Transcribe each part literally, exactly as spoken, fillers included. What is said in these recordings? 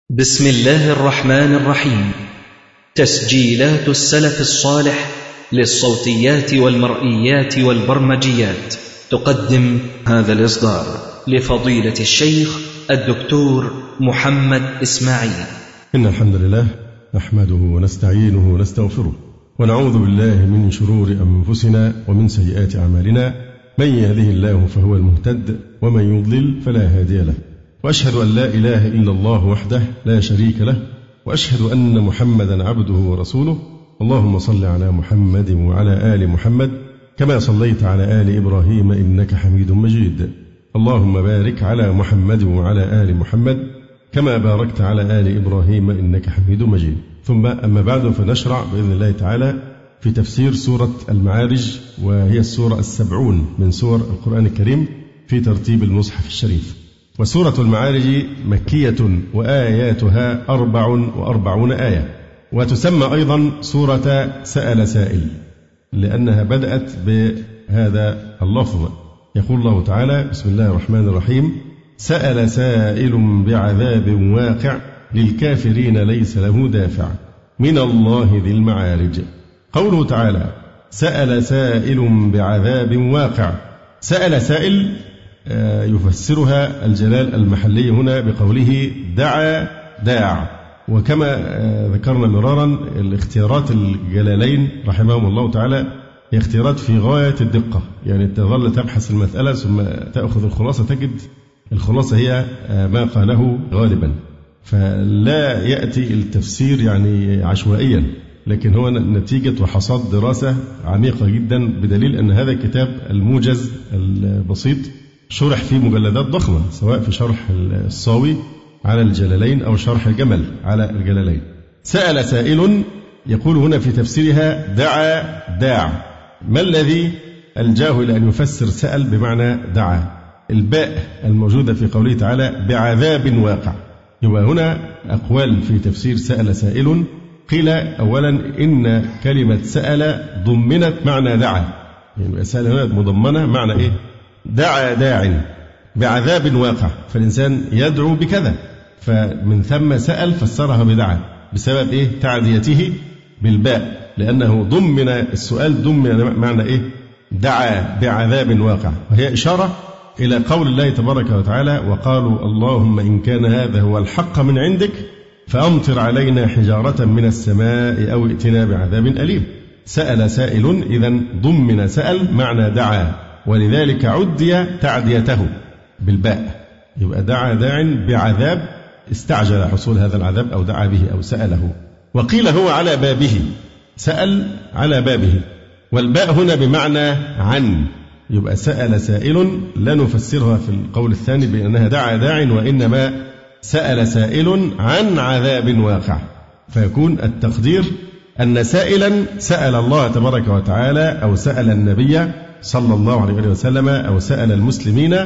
بسم الله الرحمن الرحيم. تسجيلات السلف الصالح للصوتيات والمرئيات والبرمجيات تقدم هذا الإصدار لفضيلة الشيخ الدكتور محمد إسماعيل. إن الحمد لله نحمده ونستعينه ونستغفره ونعوذ بالله من شرور أنفسنا ومن سيئات أعمالنا، من يهده الله فهو المهتد ومن يضلل فلا هادي له، وأشهد أن لا إله إلا الله وحده لا شريك له، وأشهد أن محمدا عبده ورسوله. اللهم صل على محمد وعلى آل محمد كما صليت على آل إبراهيم إنك حميد مجيد. اللهم بارك على محمد وعلى آل محمد كما باركت على آل إبراهيم إنك حميد مجيد. ثم أما بعد، فنشرع بإذن الله تعالى في تفسير سورة المعارج، وهي السورة السبعون من سور القرآن الكريم في ترتيب المصحف الشريف. وسورة المعارج مكية وآياتها أربع وأربعون آية، وتسمى أيضا سورة سأل سائل لأنها بدأت بهذا اللفظ. يقول الله تعالى: بسم الله الرحمن الرحيم: سأل سائل بعذاب واقع للكافرين ليس له دافع من الله ذي المعارج. قوله تعالى: سأل سائل بعذاب واقع. سأل سائل يفسرها الجلال المحلي هنا بقوله دعا داع، وكما ذكرنا مرارا الاختيارات الجلالين رحمهم الله تعالى هي اختيارات في غاية الدقة، يعني تظل تبحث المسألة ثم تأخذ الخلاصة تجد الخلاصة هي ما قاله غالبا، فلا يأتي التفسير يعني عشوائيا، لكن هو نتيجة وحصاد دراسة عميقة جدا، بدليل أن هذا الكتاب الموجز البسيط شرح فيه مجلدات ضخمة، سواء في شرح الصاوي على الجلالين أو شرح الجمل على الجلالين. سأل سائل، يقول هنا في تفسيرها دعا داع. ما الذي ألجاه إلى أن يفسر سأل بمعنى دعا؟ الباء الموجودة في قوله تعالى بعذاب واقع. يبقى هنا أقوال في تفسير سأل سائل. قيل أولا إن كلمة سأل ضمنت معنى دعا، يعني سأل هنا مضمنة معنى إيه؟ دعا داع بعذاب واقع، فالإنسان يدعو بكذا، فمن ثم سأل فسرها بدعا بسبب إيه؟ تعديته بالباء، لأنه ضمن السؤال ضمن معنى إيه؟ دعا بعذاب واقع، وهي إشارة إلى قول الله تبارك وتعالى: وقالوا اللهم إن كان هذا هو الحق من عندك فأمطر علينا حجارة من السماء أو ائتنا بعذاب أليم. سأل سائل إذن ضمن سأل معنى دعا، ولذلك عدي تعديته بالباء، يبقى دعا داع بعذاب استعجل حصول هذا العذاب أو دعا به أو سأله. وقيل هو على بابه، سأل على بابه، والباء هنا بمعنى عن، يبقى سأل سائل لا نفسرها في القول الثاني بأنها دعا داع، وإنما سأل سائل عن عذاب واقع، فيكون التقدير أن سائلا سأل الله تبارك وتعالى أو سأل النبي صلى الله عليه وسلم أو سأل المسلمين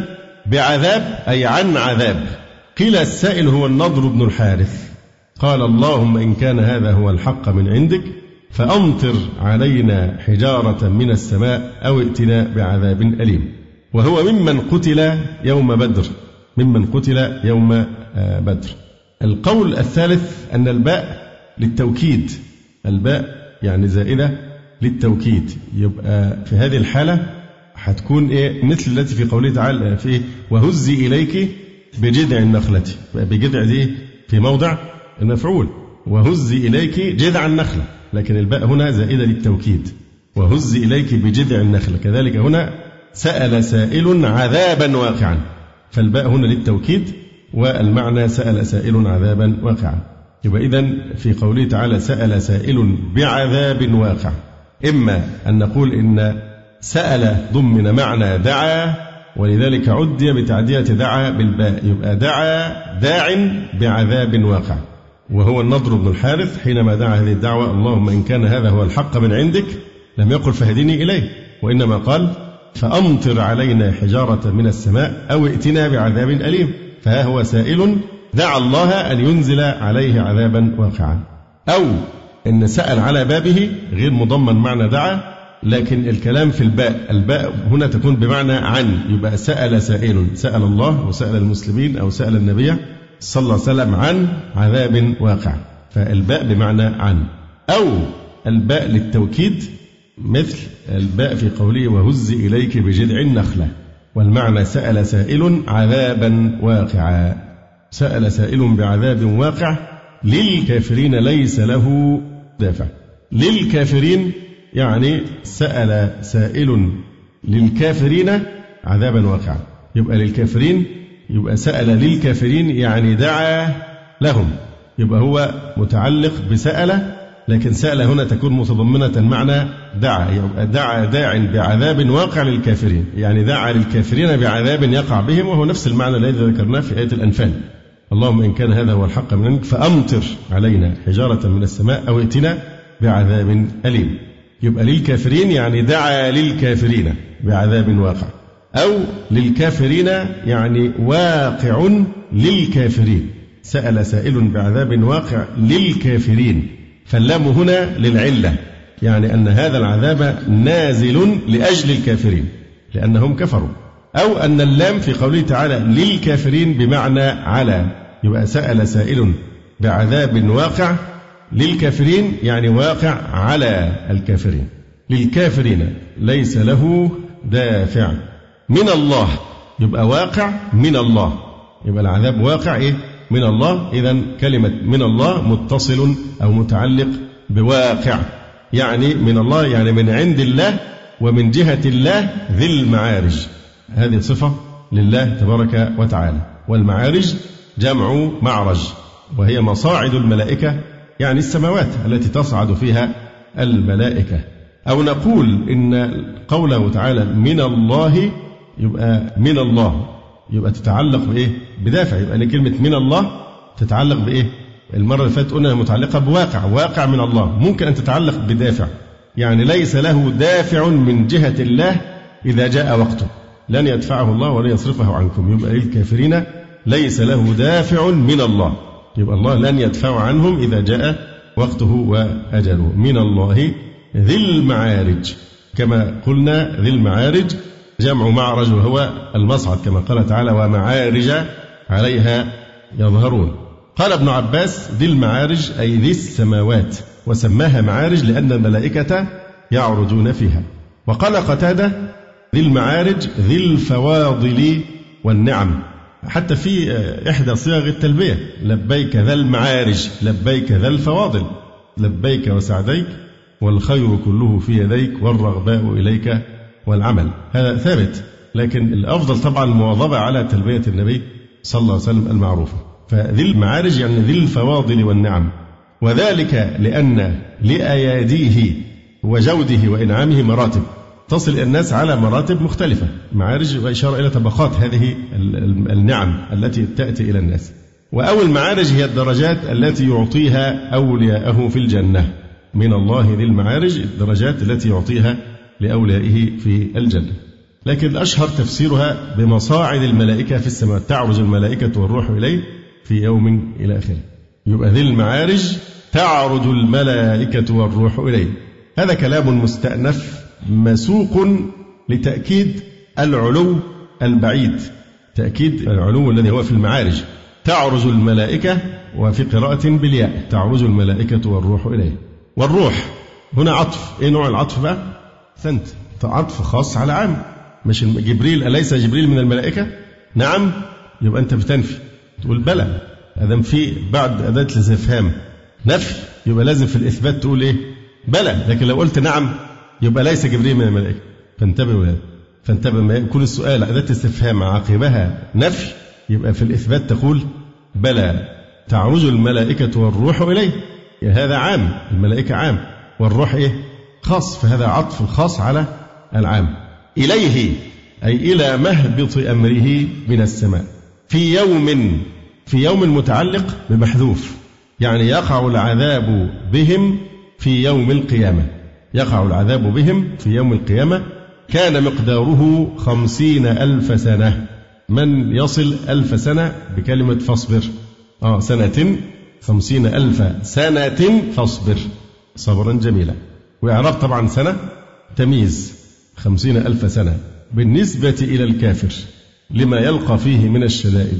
بعذاب، أي عن عذاب. قيل السائل هو النضر بن الحارث، قال اللهم إن كان هذا هو الحق من عندك فأمطر علينا حجارة من السماء أو ائتنا بعذاب أليم. وهو ممن قتل يوم بدر، ممن قتل يوم بدر. القول الثالث أن الباء للتوكيد، الباء يعني زائدة للتوكيد، يبقى في هذه الحالة هتكون إيه؟ مثل التي في قوله تعالى في وهزي إليك بجذع النخلة، بجذع دي في موضع المفعول، وهزي إليك جذع النخلة، لكن الباء هنا زائدة للتوكيد، وهزي إليك بجذع النخلة. كذلك هنا سأل سائل عذابا واقعا، فالباء هنا للتوكيد، والمعنى سأل سائل عذابا واقعا. يبقى إذن في قوله تعالى سأل سائل بعذاب واقع، إما أن نقول إن سأل ضمن معنى دعا، ولذلك عدي بتعدية دعا بالباء، يبقى دعا داع بعذاب واقع. وهو النضر بن الحارث حينما دعا هذه الدعوة اللهم إن كان هذا هو الحق من عندك لم يقل فهدني إليه، وإنما قال فأمطر علينا حجارة من السماء أو ائتنا بعذاب أليم، فها هو سائل دعا الله أن ينزل عليه عذابا واقعا. أو إن سأل على بابه غير مضمن معنى دعا، لكن الكلام في الباء، الباء هنا تكون بمعنى عن، يبقى سأل سائل، سأل الله وسأل المسلمين أو سأل النبي صلى الله عليه وسلم عن عذاب واقع، فالباء بمعنى عن، أو الباء للتوكيد مثل الباء في قوله وهز إليك بجذع النخلة، والمعنى سأل سائل عذابا واقعا، سأل سائل بعذاب واقع للكافرين ليس له دافع. للكافرين يعني سأل سائل للكافرين عذابا واقعا، يبقى للكافرين، يبقى سأل للكافرين يعني دعا لهم، يبقى هو متعلق بسأل، لكن سأل هنا تكون متضمنة معنى دعا، يبقى دعا داع بعذاب واقع للكافرين، يعني دعا للكافرين بعذاب يقع بهم، وهو نفس المعنى الذي ذكرناه في آية الأنفال. اللهم إن كان هذا هو الحق من عندك فأمطر علينا حجارة من السماء أو ائتنا بعذاب أليم. يبقى للكافرين يعني دعا للكافرين بعذاب واقع، أو للكافرين يعني واقع للكافرين، سأل سائل بعذاب واقع للكافرين، فاللام هنا للعلة، يعني أن هذا العذاب نازل لأجل الكافرين لأنهم كفروا، أو أن اللام في قوله تعالى للكافرين بمعنى على، يبقى سأل سائل بعذاب واقع للكافرين يعني واقع على الكافرين. للكافرين ليس له دافع من الله، يبقى واقع من الله، يبقى العذاب واقع إيه؟ من الله. إذن كلمة من الله متصل أو متعلق بواقع، يعني من الله يعني من عند الله ومن جهة الله ذي المعارج، هذه صفة لله تبارك وتعالى. والمعارج جمع معرج، وهي مصاعد الملائكة، يعني السماوات التي تصعد فيها الملائكة. أو نقول إن قوله تعالى من الله يبقى من الله، يبقى تتعلق بإيه؟ بدافع، يبقى كلمة من الله تتعلق بإيه؟ المرة اللي فاتت قلنا متعلقة بواقع، واقع من الله، ممكن أن تتعلق بدافع، يعني ليس له دافع من جهة الله إذا جاء وقته، لن يدفعه الله ولن يصرفه عنكم، يبقى للكافرين ليس له دافع من الله، يبقى الله لن يدفع عنهم إذا جاء وقته وأجله. من الله ذي المعارج، كما قلنا ذي المعارج جمع معرج وهو المصعد، كما قال تعالى ومعارج عليها يظهرون. قال ابن عباس ذي المعارج أي ذي السماوات، وسماها معارج لأن الملائكة يعرجون فيها. وقال قتادة ذي المعارج ذي الفواضل والنعم، حتى في إحدى صيغ التلبية لبيك ذا المعارج لبيك ذا الفواضل، لبيك وسعديك والخير كله في يديك والرغباء إليك والعمل، هذا ثابت، لكن الأفضل طبعا المواظبة على تلبية النبي صلى الله عليه وسلم المعروفة. فذي المعارج يعني ذي الفواضل والنعم، وذلك لأن لأياديه وجوده وإنعامه مراتب تصل إلى الناس على مراتب مختلفة. معارج وإشارة إلى طبقات هذه النعم التي تأتي إلى الناس. وأول معارج هي الدرجات التي يعطيها أولياءه في الجنة، من الله ذي المعارج الدرجات التي يعطيها لأوليائه في الجنة. لكن أشهر تفسيرها بمصاعد الملائكة في السماء، تعرج الملائكة والروح إليه في يوم إلى آخره، يبقى ذي المعارج تعرج الملائكة والروح إليه. هذا كلام مستأنف مسوق لتأكيد العلو البعيد، تأكيد العلو الذي هو في المعارج. تعرج الملائكة، وفي قراءة بالياء تعرج الملائكة والروح إليه. والروح هنا عطف، إيه نوع العطف بقى؟ سنت، عطف خاص على عام، مش جبريل، أليس جبريل من الملائكة؟ نعم، يبقى أنت بتنفي، تقول بلى، أدم في بعد أداة الاستفهام نفي، يبقى لازم في الإثبات تقول إيه؟ بلى. لكن لو قلت نعم يبقى ليس جبريل من الملائكة، فانتبهوا لهذا، فانتبه ما يكون السؤال أداة استفهام عاقبها نفي، يبقى في الإثبات تقول بلى تعرج الملائكة والروح إليه، هذا عام، الملائكة عام، والروح إيه؟ خاص، فهذا عطف الخاص على العام. إليه أي إلى مهبط أمره من السماء، في يوم، في يوم متعلق بمحذوف، يعني يقع العذاب بهم في يوم القيامة، يقع العذاب بهم في يوم القيامة، كان مقداره خمسين ألف سنة. من يصل ألف سنة بكلمة فاصبر؟ آه سنة، خمسين ألف سنة فاصبر صبرا جميلا. وإعراب طبعا سنة تمييز، خمسين ألف سنة بالنسبة إلى الكافر لما يلقى فيه من الشدائد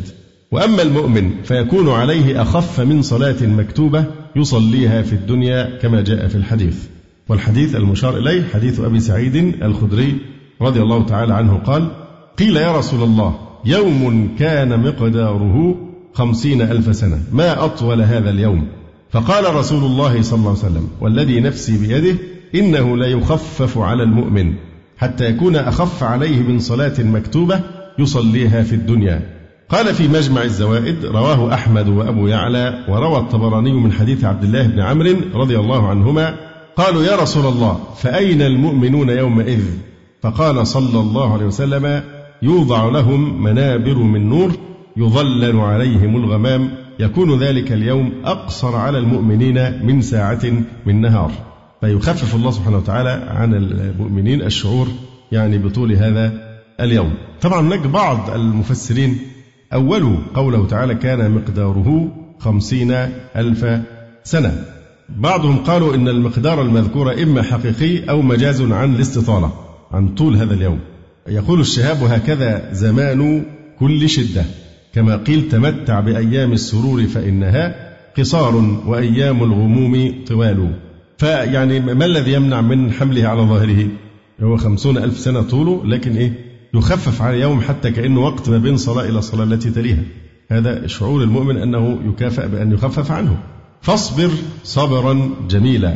وأما المؤمن فيكون عليه أخف من صلاة مكتوبة يصليها في الدنيا كما جاء في الحديث. والحديث المشار إليه حديث أبي سعيد الخدري رضي الله تعالى عنه قال: قيل يا رسول الله يوم كان مقداره خمسين ألف سنة ما أطول هذا اليوم؟ فقال رسول الله صلى الله عليه وسلم: والذي نفسي بيده إنه لا يخفف على المؤمن حتى يكون أخف عليه من صلاة مكتوبة يصليها في الدنيا. قال في مجمع الزوائد: رواه أحمد وأبو يعلى وروى الطبراني من حديث عبد الله بن عمرو رضي الله عنهما قالوا: يا رسول الله فأين المؤمنون يومئذ؟ فقال صلى الله عليه وسلم: يوضع لهم منابر من نور يظلل عليهم الغمام يكون ذلك اليوم أقصر على المؤمنين من ساعة من نهار. فيخفف الله سبحانه وتعالى عن المؤمنين الشعور يعني بطول هذا اليوم. طبعا هناك بعض المفسرين أولوا قوله تعالى كان مقداره خمسين ألف سنة. بعضهم قالوا إن المقدار المذكور إما حقيقي أو مجاز عن الاستطالة عن طول هذا اليوم. يقول الشهاب: هكذا زمان كل شدة، كما قيل تمتع بأيام السرور فإنها قصار وأيام الغموم طوال. فيعني ما الذي يمنع من حمله على ظاهره؟ هو خمسون ألف سنة طوله، لكن إيه يخفف على يوم حتى كأنه وقت ما بين صلاة إلى صلاة التي تليها. هذا شعور المؤمن أنه يكافأ بأن يخفف عنه. فاصبر صبرا جميلا.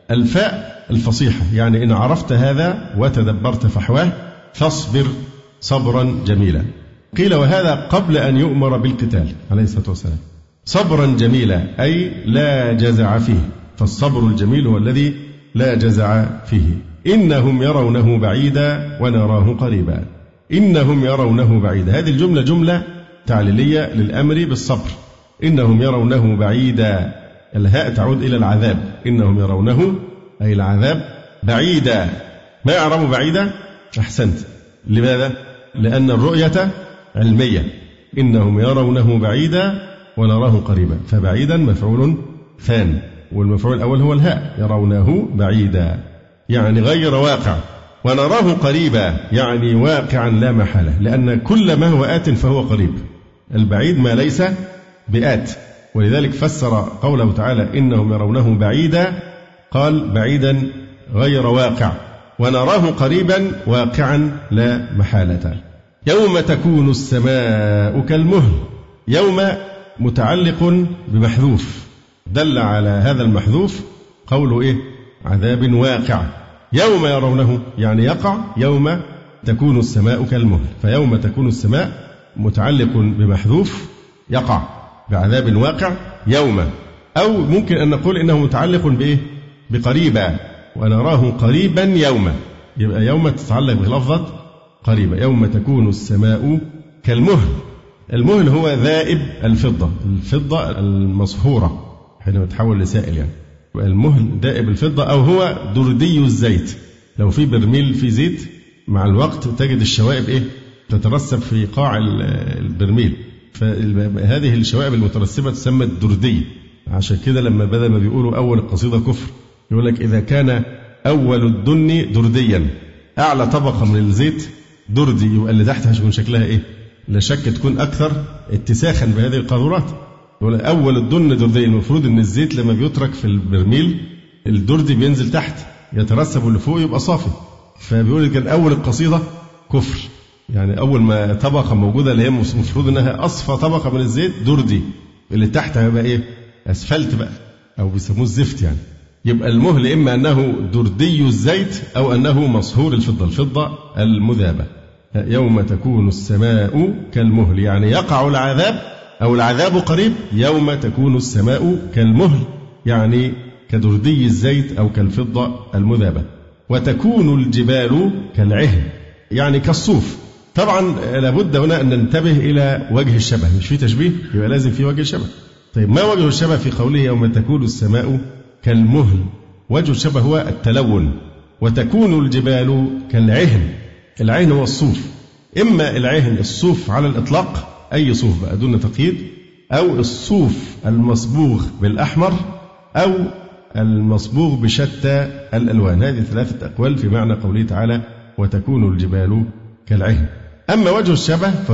الفاء الفصيحة يعني إن عرفت هذا وتدبرت فحواه فاصبر صبرا جميلا. قيل وهذا قبل أن يؤمر بالقتال عليه الصلاة والسلام. صبرا جميلا أي لا جزع فيه، فالصبر الجميل هو الذي لا جزع فيه. إنهم يرونه بعيدا ونراه قريبا. إنهم يرونه بعيدا، هذه الجملة جملة تعليلية للأمر بالصبر. إنهم يرونه بعيدا، الهاء تعود إلى العذاب. إنهم يرونه أي العذاب بعيدا. ما يعرف بعيدا؟ أحسنت. لماذا؟ لأن الرؤية علمية. إنهم يرونه بعيدا ونراه قريبا، فبعيدا مفعول ثان، والمفعول الأول هو الهاء. يرونه بعيدا يعني غير واقع، ونراه قريبا يعني واقعا لا محالة، لأن كل ما هو آت فهو قريب. البعيد ما ليس بآت، ولذلك فسر قوله تعالى إنهم يرونه بعيدا قال بعيدا غير واقع، ونراه قريبا واقعا لا محالة. يوم تكون السماء كالمهل. يوم متعلق بمحذوف، دل على هذا المحذوف قوله إيه؟ عذاب واقع. يوم يرونه يعني يقع يوم تكون السماء كالمهل، فيوم تكون السماء متعلق بمحذوف يقع بعذاب واقع يوم. أو ممكن أن نقول إنه متعلق بإيه؟ بقريبا، ونراه قريبا يوم، يبقى يوم تتعلق بلفظة قريبا. يوم تكون السماء كالمهل. المهل هو ذائب الفضة، الفضة المصهورة حينما تحول لسائل يعني. المهل ذائب الفضة، أو هو دردي الزيت. لو في برميل في زيت مع الوقت تجد الشوائب إيه؟ تترسب في قاع البرميل، فهذه الشوائب المترسبة تسمى الدردي. عشان كده لما بدل ما بيقولوا أول القصيدة كفر يقول لك إذا كان أول الدن درديا، أعلى طبقة من الزيت دردي، يبقى اللي تحتها هتكون شكلها إيه؟ لا شك تكون أكثر اتساخا بهذه القاذورات. يقول أول الدن دردي، المفروض أن الزيت لما بيترك في البرميل الدردي بينزل تحت يترسب اللي فوق يبقى صافي. فبيقول كان أول القصيدة كفر، يعني أول ما طبقة موجودة اللي هي المفروض أنها أصفى طبقة من الزيت دردي، اللي تحت هيبقى إيه؟ أسفلت بقى، أو بيسموه الزفت يعني. يبقى المهل إما أنه دردي الزيت أو أنه مصهور الفضة، الفضة المذابة. يوم تكون السماء كالمهل يعني يقع العذاب، أو العذاب قريب. يوم تكون السماء كالمهل يعني كدردي الزيت أو كالفضة المذابة. وتكون الجبال كالعهن يعني كالصوف. طبعا لابد هنا أن ننتبه إلى وجه الشبه، مش في تشبيه يبقى لازم في وجه الشبه. طيب ما وجه الشبه في قوله يوم تكون السماء كالمهل؟ وجه الشبه هو التلون. وتكون الجبال كالعهن. العهن هو الصوف، إما العهن الصوف على الإطلاق أي صوف بقى دون تقييد، أو الصوف المصبوغ بالأحمر، أو المصبوغ بشتى الألوان. هذه ثلاثة أقوال في معنى قوله تعالى وتكون الجبال كالعهن. أما وجه الشبه فهو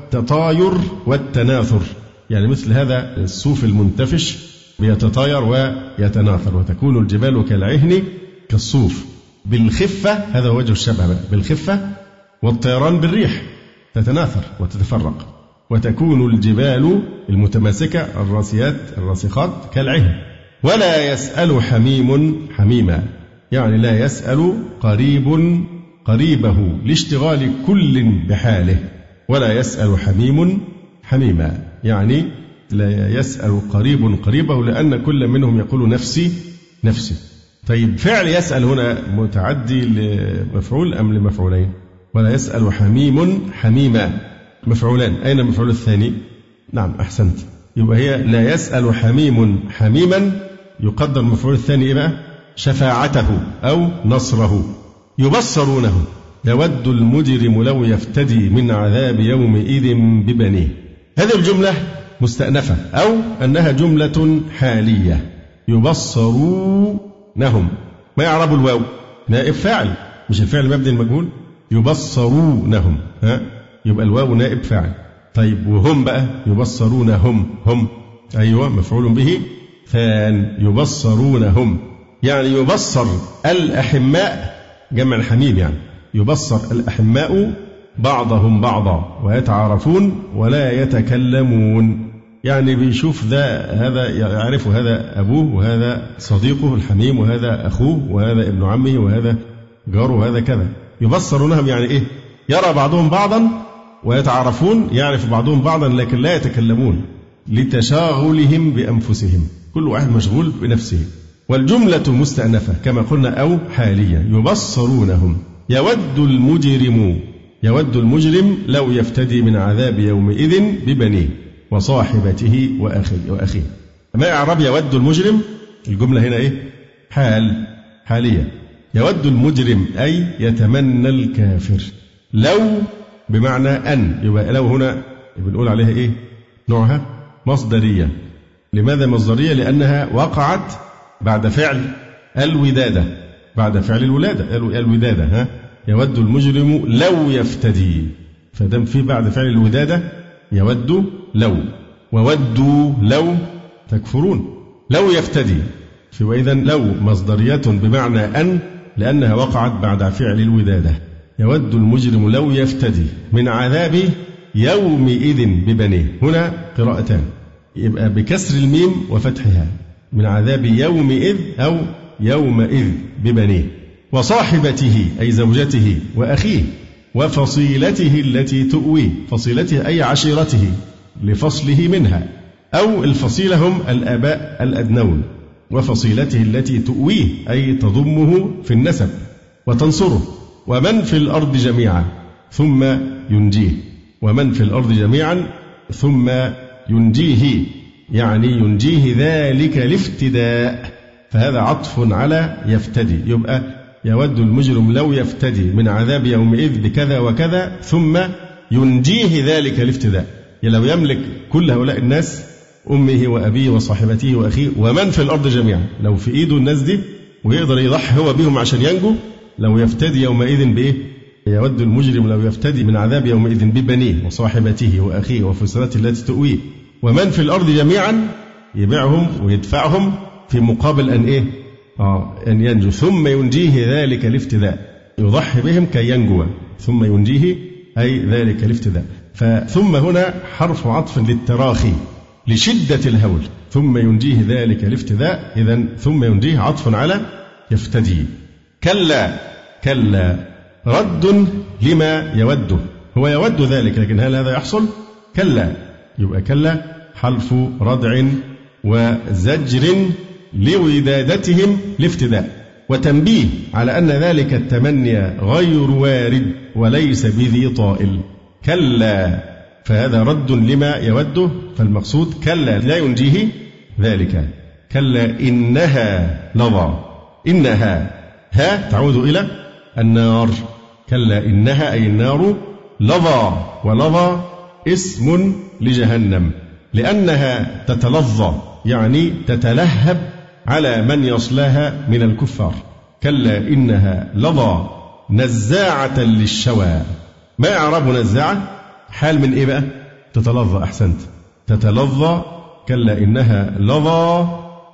والتطاير والتناثر، يعني مثل هذا الصوف المنتفش بيتطاير ويتناثر، وتكون الجبال كالعهن كالصوف بالخفة، هذا وجه الشبه بقى، بالخفة والطيران بالريح تتناثر وتتفرق، وتكون الجبال المتماسكة الراسيات الراسخات كالعهن. ولا يسأل حميم حميما، يعني لا يسأل قريب قريبه لاشتغال كل بحاله، ولا يسأل حميم حميما، يعني لا يسأل قريب قريبه لأن كل منهم يقول نفسي نفسي. طيب فعل يسأل هنا متعدي لمفعول أم لمفعولين؟ ولا يسأل حميم حميما مفعولان، أين المفعول الثاني؟ نعم أحسنت، يبقى هي لا يسأل حميم حميما، يقدر المفعول الثاني إيه بقى؟ شفاعته أو نصره. يبصرونه، يود المجرم لو يفتدي من عذاب يومئذ ببنيه. هذه الجملة مستأنفة أو أنها جملة حالية. يبصرونهم، ما يعرب الواو؟ نائب فاعل، مش الفعل مبني المجهول. يبصرونهم، ها يبقى الواو نائب فاعل. طيب وهم بقى؟ يبصرونهم، هم أيوة مفعول به ثان. يبصرونهم يعني يبصر الأحماء، جمع الحميم، يعني يبصر الأحماء بعضهم بعضا ويتعارفون ولا يتكلمون، يعني بيشوف ذا هذا يعرف هذا أبوه وهذا صديقه الحميم وهذا أخوه وهذا ابن عمه وهذا جاره وهذا كذا. يبصرونهم يعني إيه؟ يرى بعضهم بعضا ويتعارفون، يعرف بعضهم بعضا لكن لا يتكلمون لتشاغلهم بأنفسهم، كل واحد مشغول بنفسه. والجملة مستأنفة كما قلنا أو حالية. يبصرونهم. يود المجرم، يود المجرم لو يفتدي من عذاب يومئذ ببنيه وصاحبته وأخيه. ما إعراب يود المجرم؟ الجملة هنا إيه؟ حال، حالية. يود المجرم أي يتمنى الكافر. لو بمعنى أن، يبقى لو هنا بنقول عليها إيه؟ نوعها مصدرية. لماذا مصدرية؟ لأنها وقعت بعد فعل الودادة، بعد فعل الولادة الودادة. ها يود المجرم لو يفتدي، فدم في بعد فعل الودادة يود لو، وودوا لو تكفرون، لو يفتدي. وإذا لو مصدرية بمعنى أن لأنها وقعت بعد فعل الودادة. يود المجرم لو يفتدي من عذاب يومئذ ببنيه. هنا قراءتان، يبقى بكسر الميم وفتحها، من عذاب يومئذ أو يومئذ ببنيه. وصاحبته أي زوجته وأخيه، وفصيلته التي تؤويه، فصيلته أي عشيرته لفصله منها، أو الفصيلة هم الآباء الأدنون. وفصيلته التي تؤويه أي تضمه في النسب وتنصره. ومن في الأرض جميعا ثم ينجيه، ومن في الأرض جميعا ثم ينجيه، يعني ينجيه ذلك الافتداء، فهذا عطف على يفتدي. يبقى يود المجرم لو يفتدي من عذاب يومئذ بكذا وكذا ثم ينجيه ذلك الافتداء، لو يملك كل هؤلاء الناس، أمه وأبيه وصاحبته وأخيه ومن في الأرض جميعا، لو في إيده الناس دي ويقدر يضحي هو بهم عشان ينجو، لو يفتدي يومئذ بإيه؟ يود المجرم لو يفتدي من عذاب يومئذ ببنيه وصاحبته وأخيه وفصيلته التي تؤويه ومن في الأرض جميعا، يبيعهم ويدفعهم في مقابل أن إيه؟ آه أن ينجو، ثم ينجيه ذلك الافتداء، يضحي بهم كي ينجو، ثم ينجيه أي ذلك الافتداء. فثم هنا حرف عطف للتراخي لشدة الهول، ثم ينجيه ذلك الافتداء، إذن ثم ينجيه عطف على يفتدي. كلا، كلا رد لما يوده، هو يود ذلك لكن هل هذا يحصل؟ كلا، يبقى كلا حرف ردع وزجر لودادتهم الافتداء، وتنبيه على أن ذلك التمني غير وارد وليس بذي طائل. كلا، فهذا رد لما يوده، فالمقصود كلا لا ينجيه ذلك. كلا إنها لظى، إنها ها تعود إلى النار، كلا إنها أي النار لظى، ولظى اسم لجهنم لأنها تتلظى يعني تتلهب على من يصلاها من الكفار. كلا إنها لظى نزاعة للشوى. ما إعراب نزاعة؟ حال من إيه بقى؟ تتلظى. أحسنت، تتلظى. كلا إنها لظى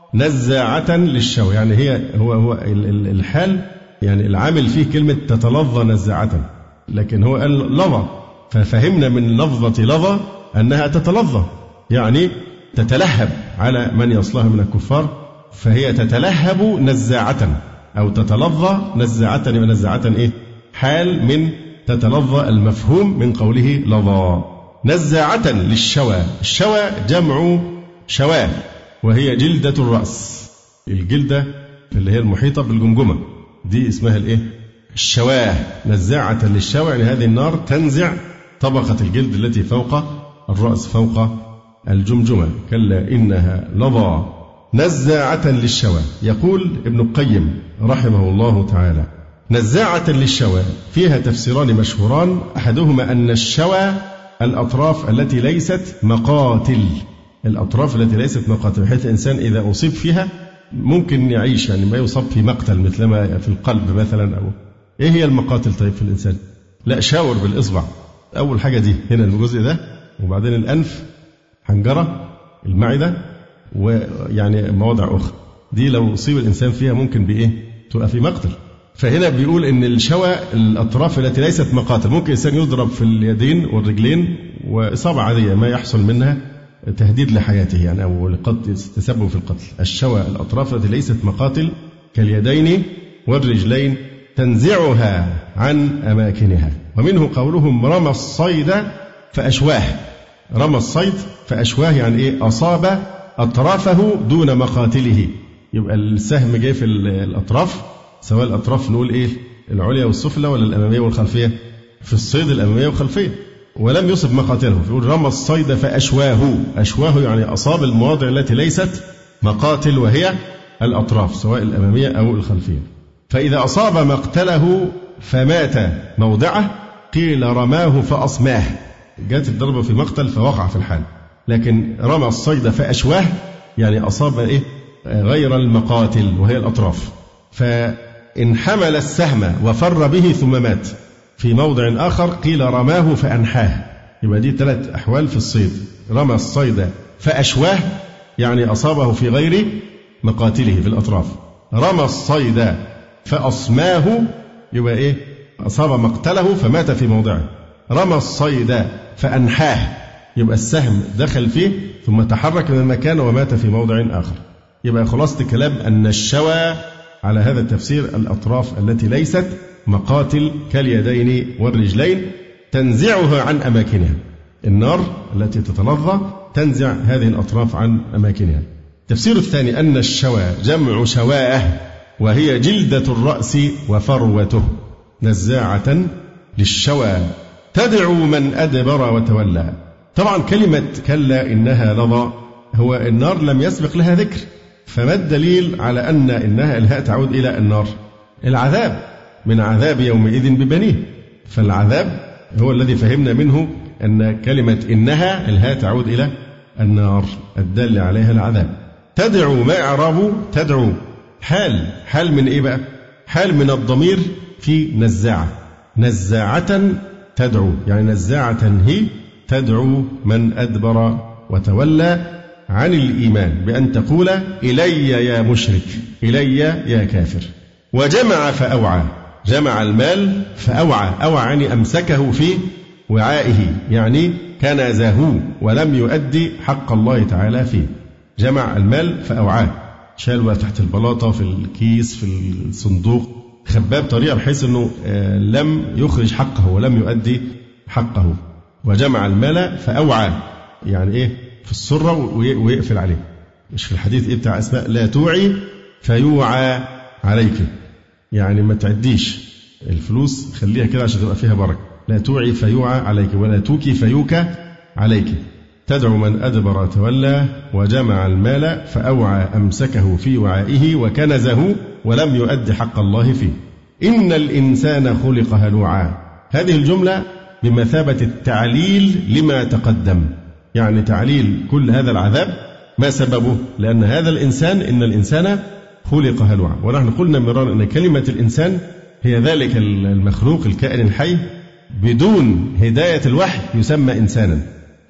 نزاعة للشوى، يعني هي هو هو الحال، يعني العامل فيه كلمة تتلظى نزاعة، لكن هو قال لظى، ففهمنا من لفظة لظى أنها تتلظى، يعني تتلهب على من يصلها من الكفار، فهي تتلهب نزاعة أو تتلظى نزاعة. ونزاعة إيه؟ حال من تتلظى، المفهوم من قوله لظى. نزاعة للشوى، الشوى جمع شواه، وهي جلدة الرأس، الجلدة اللي هي المحيطة بالجمجمة دي اسمها الإيه؟ الشواه. نزاعة للشوى يعني هذه النار تنزع طبقة الجلد التي فوق الرأس، فوق الجمجمة. كلا إنها لظى نزاعة للشوى. يقول ابن القيم رحمه الله تعالى: نزاعة للشوى فيها تفسيران مشهوران، أحدهما أن الشوى الأطراف التي ليست مقاتل، الأطراف التي ليست مقاتل، بحيث الإنسان إذا أصيب فيها ممكن يعيش، يعني ما يصاب في مقتل مثلما في القلب مثلا. أو إيه هي المقاتل طيب في الإنسان؟ لا، شاور بالإصبع أول حاجة دي هنا الجزء ده، وبعدين الأنف، حنجرة، المعدة، ويعني مواضع أخرى، دي لو أصيب الإنسان فيها ممكن بإيه؟ تبقى في مقتل. فهنا بيقول إن الشوى الأطراف التي ليست مقاتل، ممكن الإنسان يضرب في اليدين والرجلين وإصابة عادية ما يحصل منها تهديد لحياته يعني، أو لقتل، تسبب في القتل. الشوى الأطراف التي ليست مقاتل كاليدين والرجلين تنزعها عن أماكنها. ومنه قولهم رمى الصيد فأشواه. رمى الصيد فأشواه يعني إيه؟ أصاب أطرافه دون مقاتله. يبقى السهم جاي في الأطراف، سواء الأطراف نقول إيه؟ العليا والسفلى ولا الأمامية والخلفية؟ في الصيد الأمامية والخلفية، ولم يصب مقاتله. يقول رمى الصيد فأشواه. أشواه يعني أصاب المواضع التي ليست مقاتل، وهي الأطراف سواء الأمامية أو الخلفية. فإذا أصاب مقتله فمات موضعه قيل رماه فأصماه، جاءت الضربة في مقتل فوقع في الحال. لكن رمى الصيد فأشواه يعني أصاب إيه؟ غير المقاتل وهي الأطراف. فإن حمل السهم وفر به ثم مات في موضع آخر قيل رماه فأنحاه. يبقى دي ثلاث أحوال في الصيد: رمى الصيد فأشواه يعني أصابه في غير مقاتله في الأطراف، رمى الصيد فأصماه يبقى إيه؟ أصاب مقتله فمات في موضعه، رمى الصيد فأنحاه يبقى السهم دخل فيه ثم تحرك من المكان ومات في موضع آخر. يبقى خلاصة الكلام أن الشوى على هذا التفسير الأطراف التي ليست مقاتل كاليدين والرجلين تنزعها عن أماكنها. النار التي تتلظى تنزع هذه الأطراف عن أماكنها. التفسير الثاني أن الشوى جمع شواه، وهي جلدة الرأس وفروته. نزاعة للشوى تدعو من أدبر وتولى. طبعا كلمة كلا إنها لظى، هو النار لم يسبق لها ذكر، فما الدليل على أن إنها الهاء تعود إلى النار؟ العذاب، من عذاب يومئذ ببنيه. فالعذاب هو الذي فهمنا منه أن كلمة إنها الهاء تعود إلى النار الدال عليها العذاب. تدعو، ما إعرابه؟ تدعو حال، حال من إيه بقى؟ حال من الضمير في نزاعة. نزاعة تدعو يعني نزاعة هي تدعو من أدبر وتولى عن الإيمان بأن تقول إلي يا مشرك، إلي يا كافر. وجمع فأوعى، جمع المال فأوعى، أوعى يعني أمسكه في وعائه، يعني كنزه ولم يؤدي حق الله تعالى فيه. جمع المال فأوعاه، شالوا تحت البلاطة، في الكيس، في الصندوق، خباه بطريقة بحيث أنه لم يخرج حقه ولم يؤدي حقه. وجمع المال فأوعى يعني إيه؟ في السرة ويقفل عليه. مش في الحديث إيه بتاع أسماء لا توعي فيوعى عليك، يعني ما تعديش الفلوس، خليها كده عشان تبقى فيها بركة. لا توعي فيوعى عليك، ولا توكي فيوكى عليك. تدعو من أدبر وتولى وجمع المال فأوعى أمسكه في وعائه وكنزه ولم يؤد حق الله فيه. إن الإنسان خلق هلوعا. هذه الجملة بمثابة التعليل لما تقدم، يعني تعليل كل هذا العذاب. ما سببه؟ لأن هذا الإنسان، إن الإنسان خلق هلوعا. ونحن قلنا مرارا أن كلمة الإنسان هي ذلك المخلوق الكائن الحي بدون هداية الوحي يسمى إنسانا،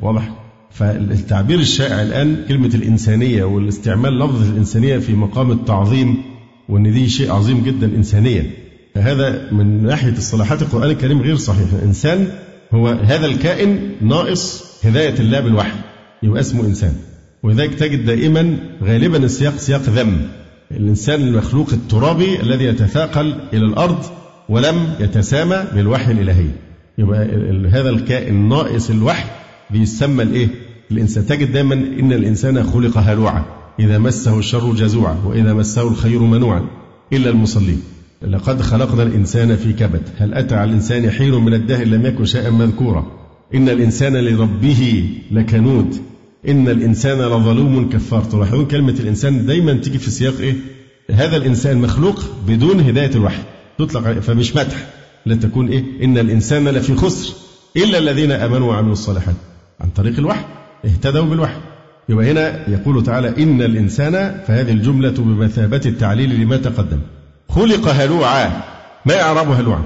واضح؟ فالتعبير الشائع الآن كلمة الإنسانية والاستعمال لفظ الإنسانية في مقام التعظيم، وأن دي شيء عظيم جدا إنسانية، فهذا من ناحية الصلاحات القرآن الكريم غير صحيح. الإنسان هو هذا الكائن ناقص هداية الله بالوحي، يبقى اسمه إنسان. ولذلك تجد دائما غالبا السياق سياق ذم. الإنسان المخلوق الترابي الذي يتثاقل إلى الأرض ولم يتسامى بالوحي الإلهي، يبقى هذا الكائن ناقص الوحي بيسمى الإيه؟ الإنسان. تجد دائما إن الإنسان خلق هلوعا إذا مسه الشر جزوعا وإذا مسه الخير منوعا إلا المصلين. لقد خلقنا الإنسان في كبد هل أتى على الإنسان حين من الدهر لم يكن شيئا مذكورا إن الإنسان لربه لكنود إن الإنسان لظلوم كفار. تلاحظون كلمة الإنسان دايما تيجي في سياق إيه؟ هذا الإنسان مخلوق بدون هداية الوحي تطلق، فمش مدح، لا تكون إيه؟ إن الإنسان لفي خسر إلا الذين آمنوا وعملوا الصالحات عن طريق الوحي اهتدوا بالوحي. يبقى هنا يقول تعالى إن الإنسان، فهذه الجملة بمثابة التعليل لما تقدم. خلق هلوعا، ما إعراب هلوعا؟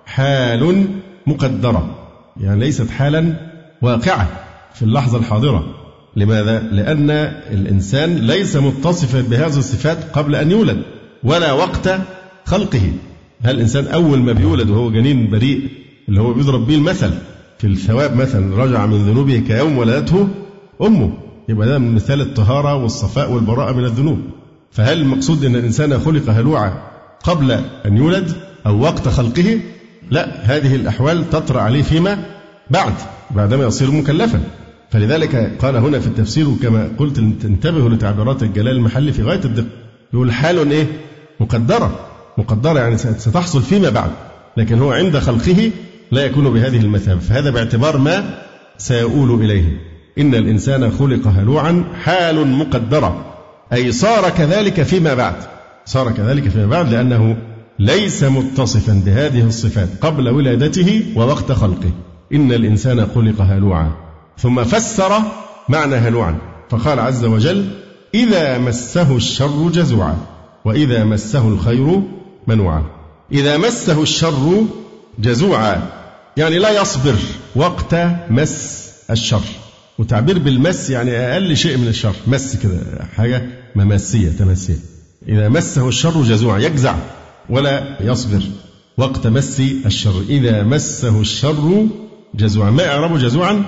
حال مقدرة، يعني ليست حالا واقعة في اللحظة الحاضرة. لماذا؟ لأن الإنسان ليس متصفا بهذه الصفات قبل أن يولد ولا وقت خلقه. هل الإنسان أول ما بيولد وهو جنين بريء اللي هو بيضرب به المثل في الثواب، مثلا رجع من ذنوبه كيوم ولدته أمه، يبقى ده من مثال الطهارة والصفاء والبراءة من الذنوب. فهل المقصود أن الإنسان خلق هلوعا قبل أن يولد أو وقت خلقه؟ لا، هذه الأحوال تطرأ عليه فيما بعد بعدما يصير مكلفا. فلذلك قال هنا في التفسير كما قلت انتبهوا لتعبيرات الجلال المحلي في غاية الدقة. يقول حال إيه؟ مقدرة، مقدرة يعني ستحصل فيما بعد، لكن هو عند خلقه لا يكون بهذه المثابة. فهذا باعتبار ما سيؤول إليه. إن الإنسان خلق هلوعا حال مقدرة، أي صار كذلك فيما بعد، صار كذلك فيما بعد لأنه ليس متصفا بهذه الصفات قبل ولادته ووقت خلقه. إن الإنسان خلق هلوعا. ثم فسر معنى هلوعا فقال عز وجل إذا مسه الشر جزوعا وإذا مسه الخير منوعا. إذا مسه الشر جزوعا يعني لا يصبر وقت مس الشر، وتعبير بالمس يعني أقل شيء من الشر، مس كده حاجة مماسية تمسية. إذا مسه الشر جزوعا يجزع ولا يصبر وقت مس الشر. إذا مسه الشر جزوعا، ما إعرابه جزوعا؟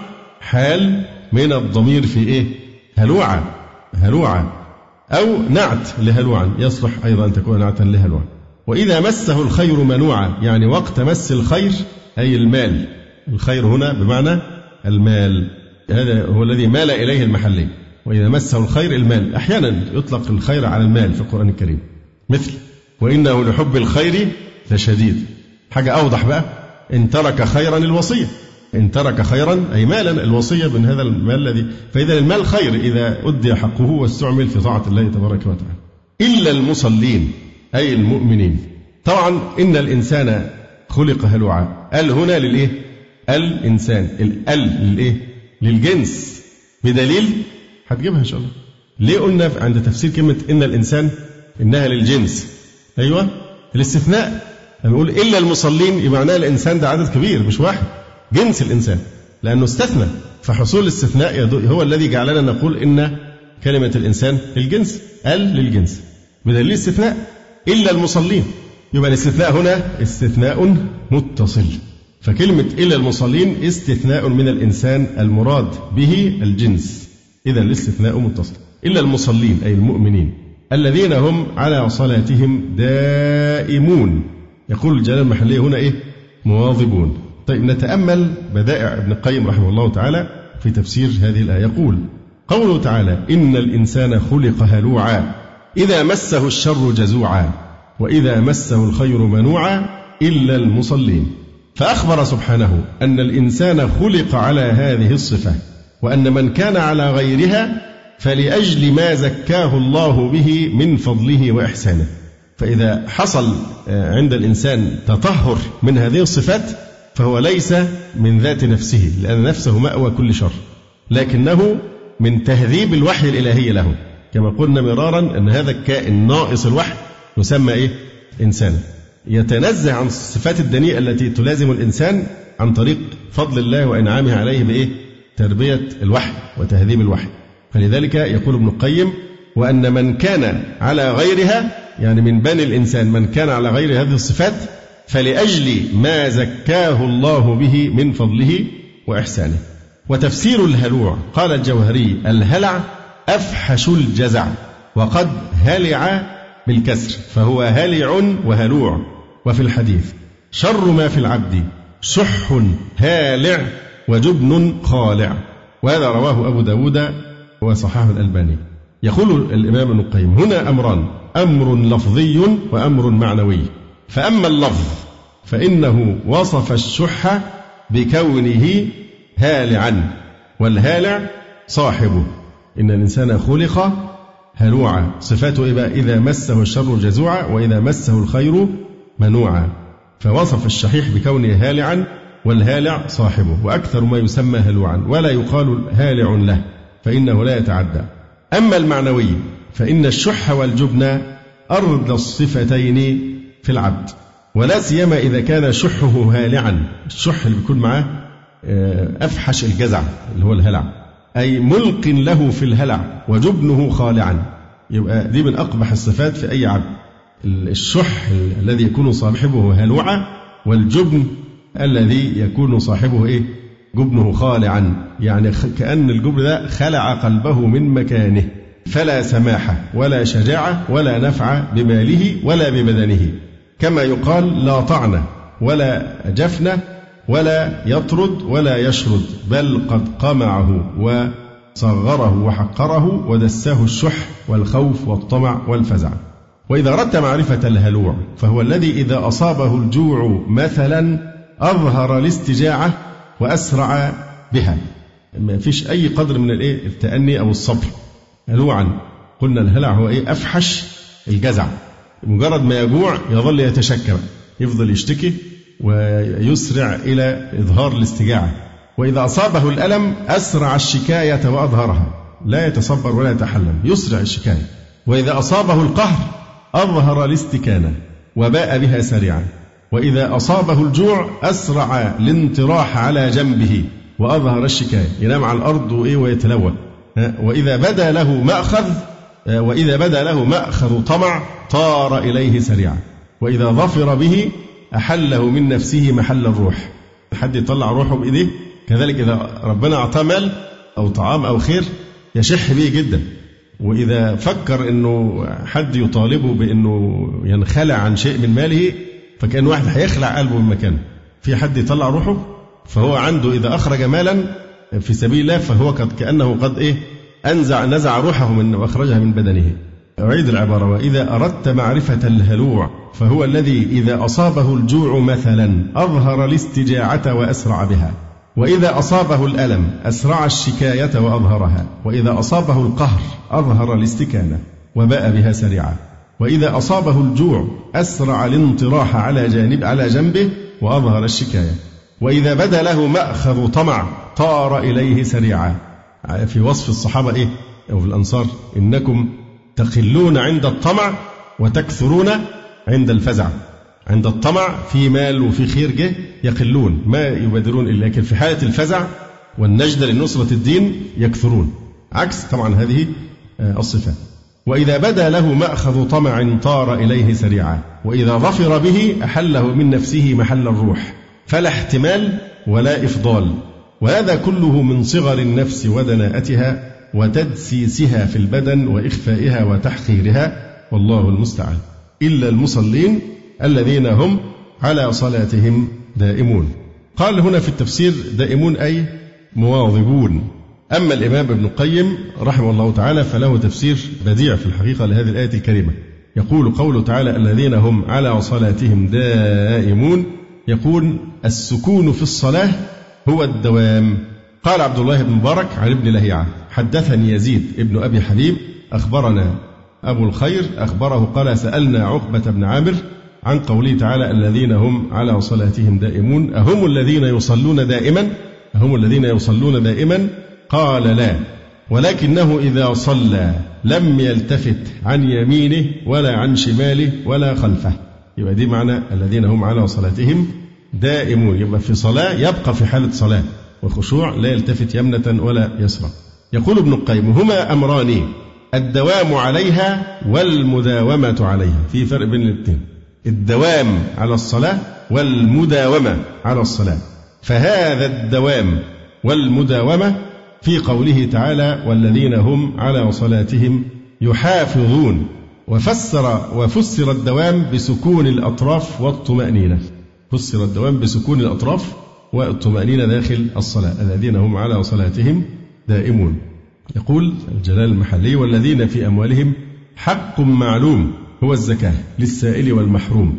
حال من الضمير في إيه؟ هلوعا، هلوعا أو نعت لهلوعا، يصلح أيضا أن تكون نعتا لهلوعا. وإذا مسه الخير منوعا يعني وقت مس الخير أي المال، الخير هنا بمعنى المال، هذا هو الذي مال إليه المحلي. وإذا مسه الخير المال، أحيانا يطلق الخير على المال في القرآن الكريم، مثل وإنه لحب الخير لشديد. حاجة أوضح بقى، إن ترك خيرا الوصية، إن ترك خيرا أي مالا، الوصية من هذا المال الذي، فإذا المال خير إذا أدي حقه واستعمل في طاعة الله تبارك وتعالى. إلا المصلين أي المؤمنين. طبعا إن الإنسان خلق هلوعا، ال هنا للإيه؟ الإنسان، ال للإيه؟ للجنس، بدليل هتجيبها إن شاء الله. ليه قلنا عند تفسير كلمة إن الإنسان إنها للجنس؟ أيوة الاستثناء، لما نقول إلا المصلين يبقى معناها الإنسان ده عدد كبير مش واحد، جنس الإنسان، لأنه استثنى. فحصول الاستثناء هو الذي جعلنا نقول إن كلمة الإنسان للجنس، ال للجنس بدليل الاستثناء. إلا المصلين يبقى الاستثناء هنا استثناء متصل، فكلمة إلا المصلين استثناء من الإنسان المراد به الجنس، إذا الاستثناء متصل. إلا المصلين أي المؤمنين الذين هم على صلاتهم دائمون. يقول الجلال المحلي هنا إيه؟ مواظبون. طيب نتأمل بدائع ابن القيم رحمه الله تعالى في تفسير هذه الآية. يقول قوله تعالى إن الإنسان خلق هلوعا إذا مسه الشر جزوعا وإذا مسه الخير منوعا إلا المصلين. فأخبر سبحانه أن الإنسان خلق على هذه الصفة، وأن من كان على غيرها فلأجل ما زكاه الله به من فضله وإحسانه. فإذا حصل عند الإنسان تطهر من هذه الصفات فهو ليس من ذات نفسه، لأن نفسه مأوى كل شر، لكنه من تهذيب الوحي الإلهي له. كما قلنا مرارا أن هذا الكائن ناقص الوحي يسمى إيه؟ إنسان، يتنزه عن الصفات الدنيئة التي تلازم الإنسان عن طريق فضل الله وإنعامه عليه بإيه؟ تربية الوحي وتهذيب الوحي. فلذلك يقول ابن القيم: وأن من كان على غيرها، يعني من بني الإنسان من كان على غير هذه الصفات، فلأجل ما زكاه الله به من فضله وإحسانه. وتفسير الهلوع قال الجوهري: الهلع أفحش الجزع، وقد هلع بالكسر فهو هلع وهلوع. وفي الحديث: شر ما في العبد شح هالع وجبن خالع. وهذا رواه أبو داود وصححه الألباني. يقول الإمام ابن القيم: هنا أمران، أمر لفظي وأمر معنوي. فأما اللفظ فإنه وصف الشح بكونه هالعا، والهالع صاحبه. إن الإنسان خلق هلوعا، صفاته إيه بقى؟ إذا مسه الشر جزوعا وإذا مسه الخير منوعا. فوصف الشحيح بكونه هالعا، والهالع صاحبه، وأكثر ما يسمى هلوعا، ولا يقال هالع له فإنه لا يتعدى. أما المعنوي فإن الشح والجبن أرضى الصفتين في العبد، ولا سيما إذا كان شحه هالعا. الشح اللي بيكون معاه أفحش الجزع اللي هو الهلع، أي ملق له في الهلع، وجبنه خالعا. يبقى دي من أقبح الصفات في أي عبد، الشح الذي يكون صاحبه هلوعا، والجبن الذي يكون صاحبه إيه؟ جبنه خالعا، يعني كأن الجبن ده خلع قلبه من مكانه، فلا سماحة ولا شجاعة ولا نفع بماله ولا ببدنه. كما يقال: لا طعن ولا جفن ولا يطرد ولا يشرد، بل قد قمعه وصغره وحقره ودساه الشح والخوف والطمع والفزع. وإذا أردت معرفة الهلوع فهو الذي إذا أصابه الجوع مثلا أظهر الاستجاعة وأسرع بها، ما فيش أي قدر من الإيه التأني أو الصبر. هلوعا قلنا الهلع هو إيه؟ أفحش الجزع، مجرد ما يجوع يظل يتشكى، يفضل يشتكي ويسرع إلى إظهار الاستجاعة. وإذا أصابه الألم أسرع الشكاية وأظهرها، لا يتصبر ولا يتحلم، يسرع الشكاية. وإذا أصابه القهر أظهر الاستكانة وباء بها سريعا. وإذا أصابه الجوع أسرع الانطراح على جنبه وأظهر الشكاية، ينام على الأرض وإيه ويتلوى. وإذا بدا له مأخذ وإذا بدا له مأخذ طمع طار إليه سريعا. وإذا ظفر به أحله من نفسه محل الروح، حد يطلع روحه بإيديه. كذلك إذا ربنا أعطاه مال أو طعام أو خير يشح به جدا، وإذا فكر أنه حد يطالبه بأنه ينخلع عن شيء من ماله فكأن واحد هيخلع قلبه من مكانه. في حد يطلع روحه، فهو عنده إذا أخرج مالا في سبيل الله فهو قد كأنه قد إيه أنزع نزع روحه من وأخرجها من بدنه. أعيد العبارة: وإذا أردت معرفة الهلوع فهو الذي إذا أصابه الجوع مثلا أظهر الاستجاعة وأسرع بها، وإذا أصابه الألم أسرع الشكاية وأظهرها، وإذا أصابه القهر أظهر الاستكانة وباء بها سريعا، وإذا أصابه الجوع أسرع الانطراح على جانب على جنبه وأظهر الشكاية، وإذا بدا له مأخذ طمع طار إليه سريعا. في وصف الصحابة إيه أو في الأنصار: إنكم تقلون عند الطمع وتكثرون عند الفزع. عند الطمع في مال وفي خير جه يقلون ما يبادرون إلا، لكن في حالة الفزع والنجدة لنصرة الدين يكثرون، عكس طبعا هذه الصفات. وإذا بدا له مأخذ طمع طار إليه سريعا، وإذا ظفر به أحله من نفسه محل الروح، فلا احتمال ولا إفضال. وهذا كله من صغر النفس ودناءتها وتدسيسها في البدن وإخفائها وتحقيرها، والله المستعان. إلا المصلين الذين هم على صلاتهم دائمون. قال هنا في التفسير دائمون أي مواظبون. أما الإمام ابن القيم رحمه الله تعالى فله تفسير بديع في الحقيقة لهذه الآية الكريمة. يقول قوله تعالى: الذين هم على صلاتهم دائمون، يقول السكون في الصلاة هو الدوام. قال عبد الله بن مبارك عن ابن لهيعة: حدثني يزيد ابن أبي حبيب أخبرنا أبو الخير أخبره قال: سألنا عقبة بن عامر عن قوله تعالى: الذين هم على صلاتهم دائمون، أهم الذين يصلون دائما أهم الذين يصلون دائما؟ قال: لا، ولكنه إذا صلى لم يلتفت عن يمينه ولا عن شماله ولا خلفه. يبقى دي معنى الذين هم على صلاتهم دائمون، يبقى في صلاة يبقى في حالة صلاة، وخشوع لا يلتفت يمنة ولا يسرى. يقول ابن القيم: هما أمران الدوام عليها والمداومة عليها. في فرق بين الاثنين، الدوام على الصلاة والمداومة على الصلاة. فهذا الدوام والمداومة في قوله تعالى: والذين هم على صلاتهم يحافظون. وفسر وفسر الدوام بسكون الأطراف والطمأنينة. فسر الدوام بسكون الأطراف والطمأنينة داخل الصلاة، الذين هم على صلاتهم دائمون. يقول الجلال المحلي: والذين في أموالهم حق معلوم هو الزكاة للسائل والمحروم.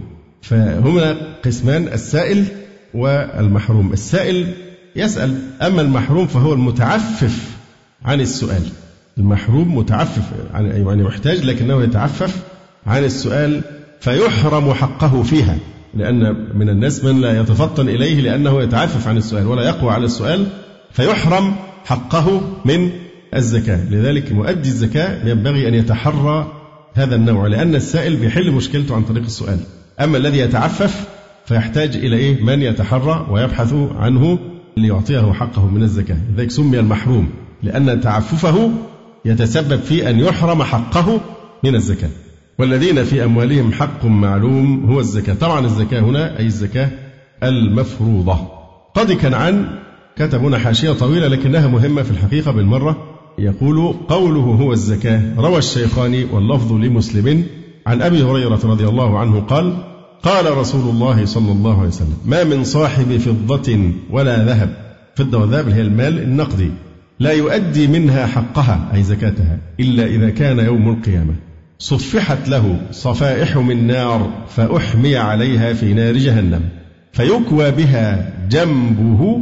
فهما قسمان: السائل والمحروم. السائل يسأل، أما المحروم فهو المتعفف عن السؤال. المحروم متعفف يعني محتاج لكنه يتعفف عن السؤال فيحرم حقه فيها، لأن من الناس من لا يتفطن إليه لأنه يتعفف عن السؤال ولا يقوى على السؤال، فيحرم حقه من الزكاة. لذلك مؤدي الزكاة ينبغي أن يتحرى هذا النوع، لأن السائل بيحل مشكلته عن طريق السؤال. أما الذي يتعفف فيحتاج إلى إيه؟ من يتحرى ويبحث عنه ليعطيه حقه من الزكاة. لذلك سمي المحروم، لأن تعففه يتسبب في أن يحرم حقه من الزكاة. والذين في أموالهم حق معلوم هو الزكاة. طبعا الزكاة هنا أي الزكاة المفروضة. قاضي كنعان كتب هنا حاشية طويلة لكنها مهمة في الحقيقة بالمرة. يقول: قوله هو الزكاة روى الشيخان واللفظ لمسلم عن أبي هريرة رضي الله عنه قال: قال رسول الله صلى الله عليه وسلم: ما من صاحب فضة ولا ذهب، فضة وذهب هي المال النقدي، لا يؤدي منها حقها أي زكاتها إلا إذا كان يوم القيامة صفحت له صفائح من نار فأحمي عليها في نار جهنم فيكوى بها جنبه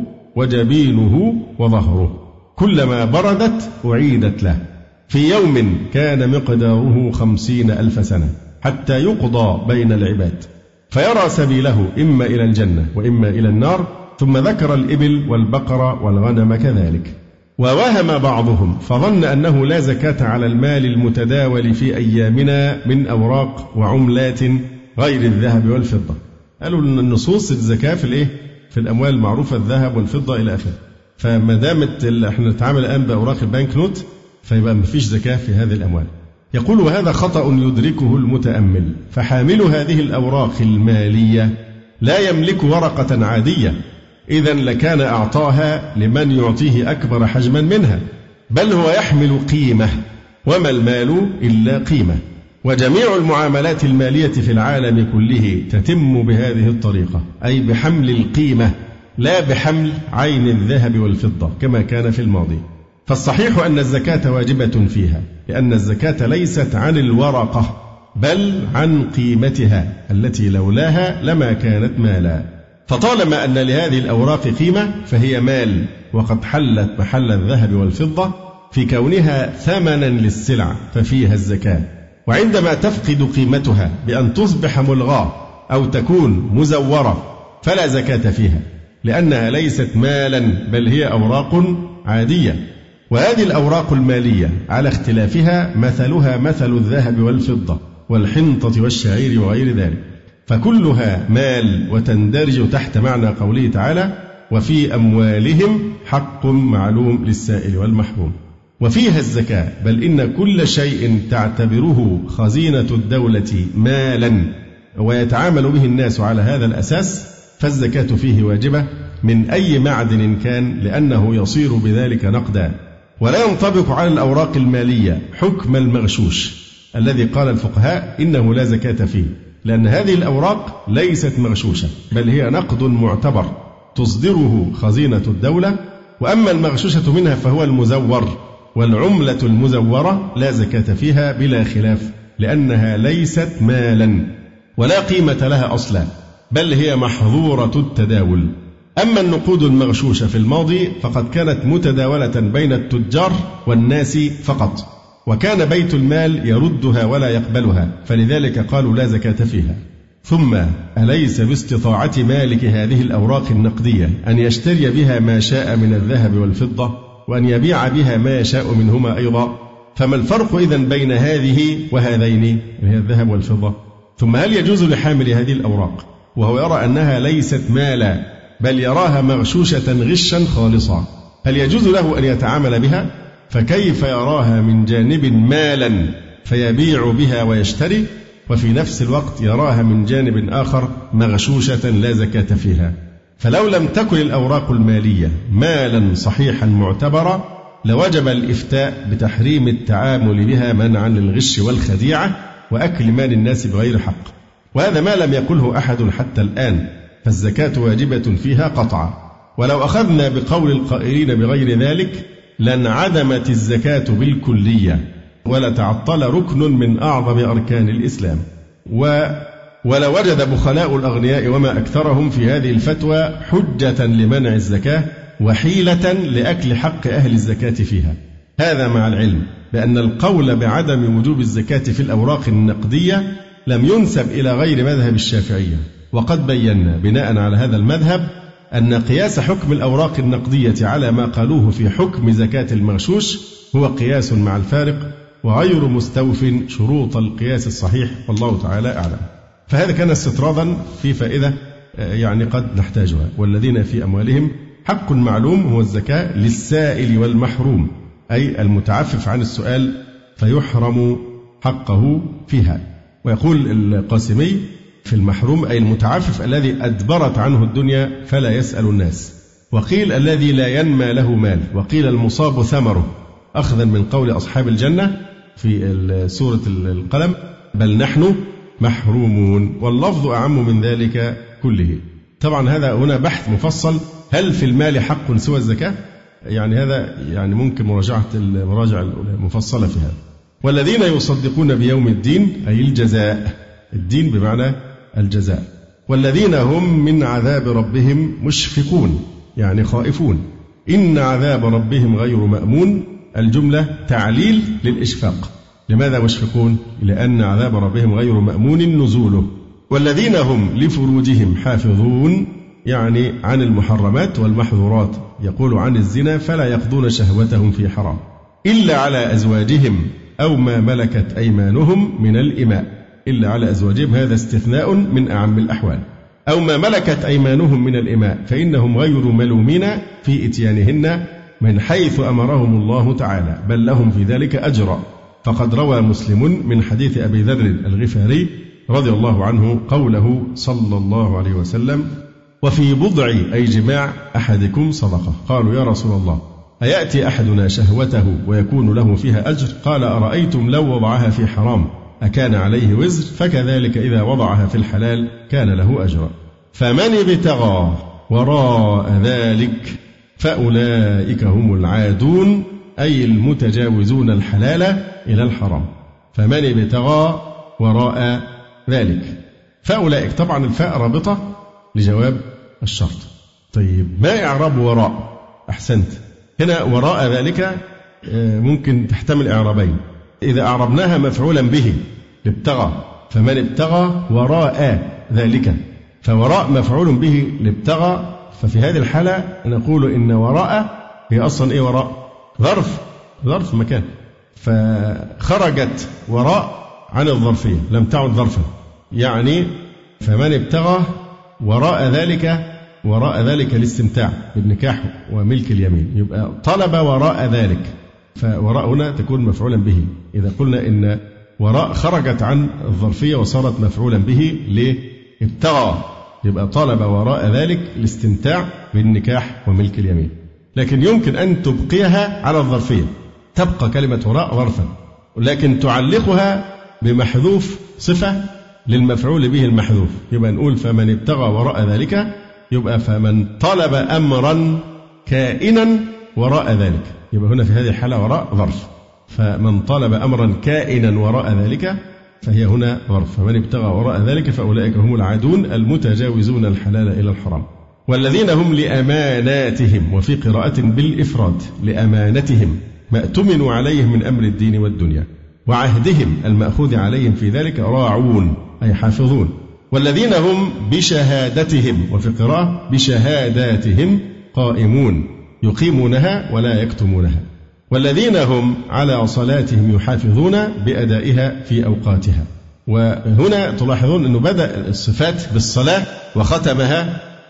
وجبينه وظهره، كلما بردت أعيدت له في يوم كان مقداره خمسين ألف سنة حتى يقضى بين العباد، فيرى سبيله إما إلى الجنة وإما إلى النار. ثم ذكر الإبل والبقر والغنم كذلك. ووهم بعضهم فظن أنه لا زكاة على المال المتداول في أيامنا من أوراق وعملات غير الذهب والفضة. قالوا أن النصوص الزكاة في الإيه؟ في الأموال المعروفة، الذهب والفضة إلى آخره. فما دامت احنا نتعامل الآن بأوراق البنك نوت فيبقى ما فيش زكاة في هذه الأموال. يقول: وهذا خطأ يدركه المتأمل، فحامل هذه الأوراق المالية لا يملك ورقة عادية، إذن لكان أعطاها لمن يعطيه أكبر حجما منها، بل هو يحمل قيمة، وما المال إلا قيمة. وجميع المعاملات المالية في العالم كله تتم بهذه الطريقة، أي بحمل القيمة لا بحمل عين الذهب والفضة كما كان في الماضي. فالصحيح أن الزكاة واجبة فيها، لأن الزكاة ليست عن الورقة بل عن قيمتها التي لولاها لما كانت مالا. فطالما أن لهذه الأوراق قيمة فهي مال، وقد حلت محل الذهب والفضة في كونها ثمنا للسلع ففيها الزكاة. وعندما تفقد قيمتها بأن تصبح ملغاة أو تكون مزورة فلا زكاة فيها، لأنها ليست مالا بل هي أوراق عادية. وهذه الأوراق المالية على اختلافها مثلها مثل الذهب والفضة والحنطة والشعير وغير ذلك، فكلها مال وتندرج تحت معنى قوله تعالى: وفي أموالهم حق معلوم للسائل والمحروم. وفيها الزكاة، بل إن كل شيء تعتبره خزينة الدولة مالا ويتعامل به الناس على هذا الأساس فالزكاة فيه واجبة من أي معدن كان، لأنه يصير بذلك نقدا. ولا ينطبق على الأوراق المالية حكم المغشوش الذي قال الفقهاء إنه لا زكاة فيه، لأن هذه الأوراق ليست مغشوشة بل هي نقد معتبر تصدره خزينة الدولة. وأما المغشوشة منها فهو المزور، والعملة المزورة لا زكاة فيها بلا خلاف، لأنها ليست مالا ولا قيمة لها أصلا بل هي محظورة التداول. أما النقود المغشوشة في الماضي فقد كانت متداولة بين التجار والناس فقط، وكان بيت المال يردها ولا يقبلها، فلذلك قالوا لا زكاة فيها. ثم أليس باستطاعة مالك هذه الأوراق النقدية أن يشتري بها ما شاء من الذهب والفضة وأن يبيع بها ما يشاء منهما أيضا؟ فما الفرق إذن بين هذه وهذين هي الذهب والفضة؟ ثم هل يجوز لحامل هذه الأوراق وهو يرى أنها ليست مالا بل يراها مغشوشة غشا خالصا، هل يجوز له أن يتعامل بها؟ فكيف يراها من جانب مالا فيبيع بها ويشتري، وفي نفس الوقت يراها من جانب آخر مغشوشة لا زكاة فيها؟ فلو لم تكن الأوراق المالية مالا صحيحا معتبرا لوجب الإفتاء بتحريم التعامل بها منعا للغش والخديعة وأكل مال الناس بغير حق، وهذا ما لم يقله أحد حتى الآن، فالزكاة واجبة فيها قطعا. ولو أخذنا بقول القائلين بغير ذلك لانعدمت الزكاة بالكلية ولتعطل ركن من أعظم أركان الإسلام، و ولوجد بخلاء الأغنياء وما أكثرهم في هذه الفتوى حجة لمنع الزكاة وحيلة لأكل حق أهل الزكاة فيها. هذا مع العلم بأن القول بعدم وجوب الزكاة في الأوراق النقدية لم ينسب إلى غير مذهب الشافعية، وقد بينا بناء على هذا المذهب أن قياس حكم الأوراق النقدية على ما قالوه في حكم زكاة المغشوش هو قياس مع الفارق وغير مستوف شروط القياس الصحيح، والله تعالى أعلم. فهذا كان استطرادا في فائدة يعني قد نحتاجها. والذين في أموالهم حق معلوم هو الزكاة للسائل والمحروم، أي المتعفف عن السؤال فيحرم حقه فيها. ويقول القاسمي في المحروم أي المتعفف الذي أدبرت عنه الدنيا فلا يسأل الناس، وقيل الذي لا ينمى له مال، وقيل المصاب ثمره، أخذا من قول أصحاب الجنة في سورة القلم بل نحن محرومون، واللفظ أعم من ذلك كله. طبعا هذا هنا بحث مفصل، هل في المال حق سوى الزكاة؟ يعني هذا يعني ممكن مراجعة المراجع المفصلة في هذا. والذين يصدقون بيوم الدين أي الجزاء، الدين بمعنى الجزاء. والذين هم من عذاب ربهم مشفقون يعني خائفون، إن عذاب ربهم غير مأمون، الجملة تعليل للإشفاق. لماذا مشفقون؟ لأن عذاب ربهم غير مأمون نزوله. والذين هم لفروجهم حافظون يعني عن المحرمات والمحظورات، يقول عن الزنا فلا يقضون شهوتهم في حرام إلا على أزواجهم أو ما ملكت أيمانهم من الإماء، إلا على أزواجهم هذا استثناء من أعم الأحوال، أو ما ملكت أيمانهم من الإماء فإنهم غير ملومين في إتيانهن من حيث أمرهم الله تعالى، بل لهم في ذلك أجر. فقد روى مسلم من حديث أبي ذر الغفاري رضي الله عنه قوله صلى الله عليه وسلم وفي بضع أي جماع أحدكم صدقة. قالوا يا رسول الله أيأتي أحدنا شهوته ويكون له فيها أجر؟ قال أرأيتم لو وضعها في حرام أكان عليه وزر؟ فكذلك إذا وضعها في الحلال كان له أجر. فمن ابتغى وراء ذلك فأولئك هم العادون أي المتجاوزون الحلال إلى الحرام. فمن ابتغى وراء ذلك فأولئك، طبعا الفاء رابطة لجواب الشرط. طيب ما إعراب وراء؟ أحسنت، هنا وراء ذلك ممكن تحتمل إعرابين، إذا أعربناها مفعولا به لابتغى، فمن ابتغى وراء ذلك، فوراء مفعول به لابتغى، ففي هذه الحالة نقول إن وراء هي أصلا إيه؟ وراء ظرف، ظرف مكان، فخرجت وراء عن الظرفية لم تعد ظرفا، يعني فمن ابتغى وراء ذلك، وراء ذلك الاستمتاع بالنكاح وملك اليمين، يبقى طلب وراء ذلك، فوراء هنا تكون مفعولا به. إذا قلنا إن وراء خرجت عن الظرفية وصارت مفعولا به لابتغى، يبقى طلب وراء ذلك الاستمتاع بالنكاح وملك اليمين. لكن يمكن أن تبقيها على الظرفية، تبقى كلمة وراء ظرفا، لكن تعلقها بمحذوف صفة للمفعول به المحذوف، يبقى نقول فمن ابتغى وراء ذلك، يبقى فمن طلب أمرا كائنا وراء ذلك، يبقى هنا في هذه الحالة وراء ظرف، فمن طلب أمرا كائنا وراء ذلك فهي هنا ظرف. فمن ابتغى وراء ذلك فأولئك هم العادون المتجاوزون الحلال إلى الحرام. والذين هم لأماناتهم، وفي قراءة بالإفراد لأمانتهم، ما اؤتمنوا عليه من أمر الدين والدنيا، وعهدهم المأخوذ عليهم في ذلك راعون أي حافظون. والذين هم بشهادتهم، وفي قراءة بشهاداتهم قائمون يقيمونها ولا يكتمونها. والذين هم على صلاتهم يحافظون بأدائها في أوقاتها. وهنا تلاحظون أنه بدأ الصفات بالصلاة وختمها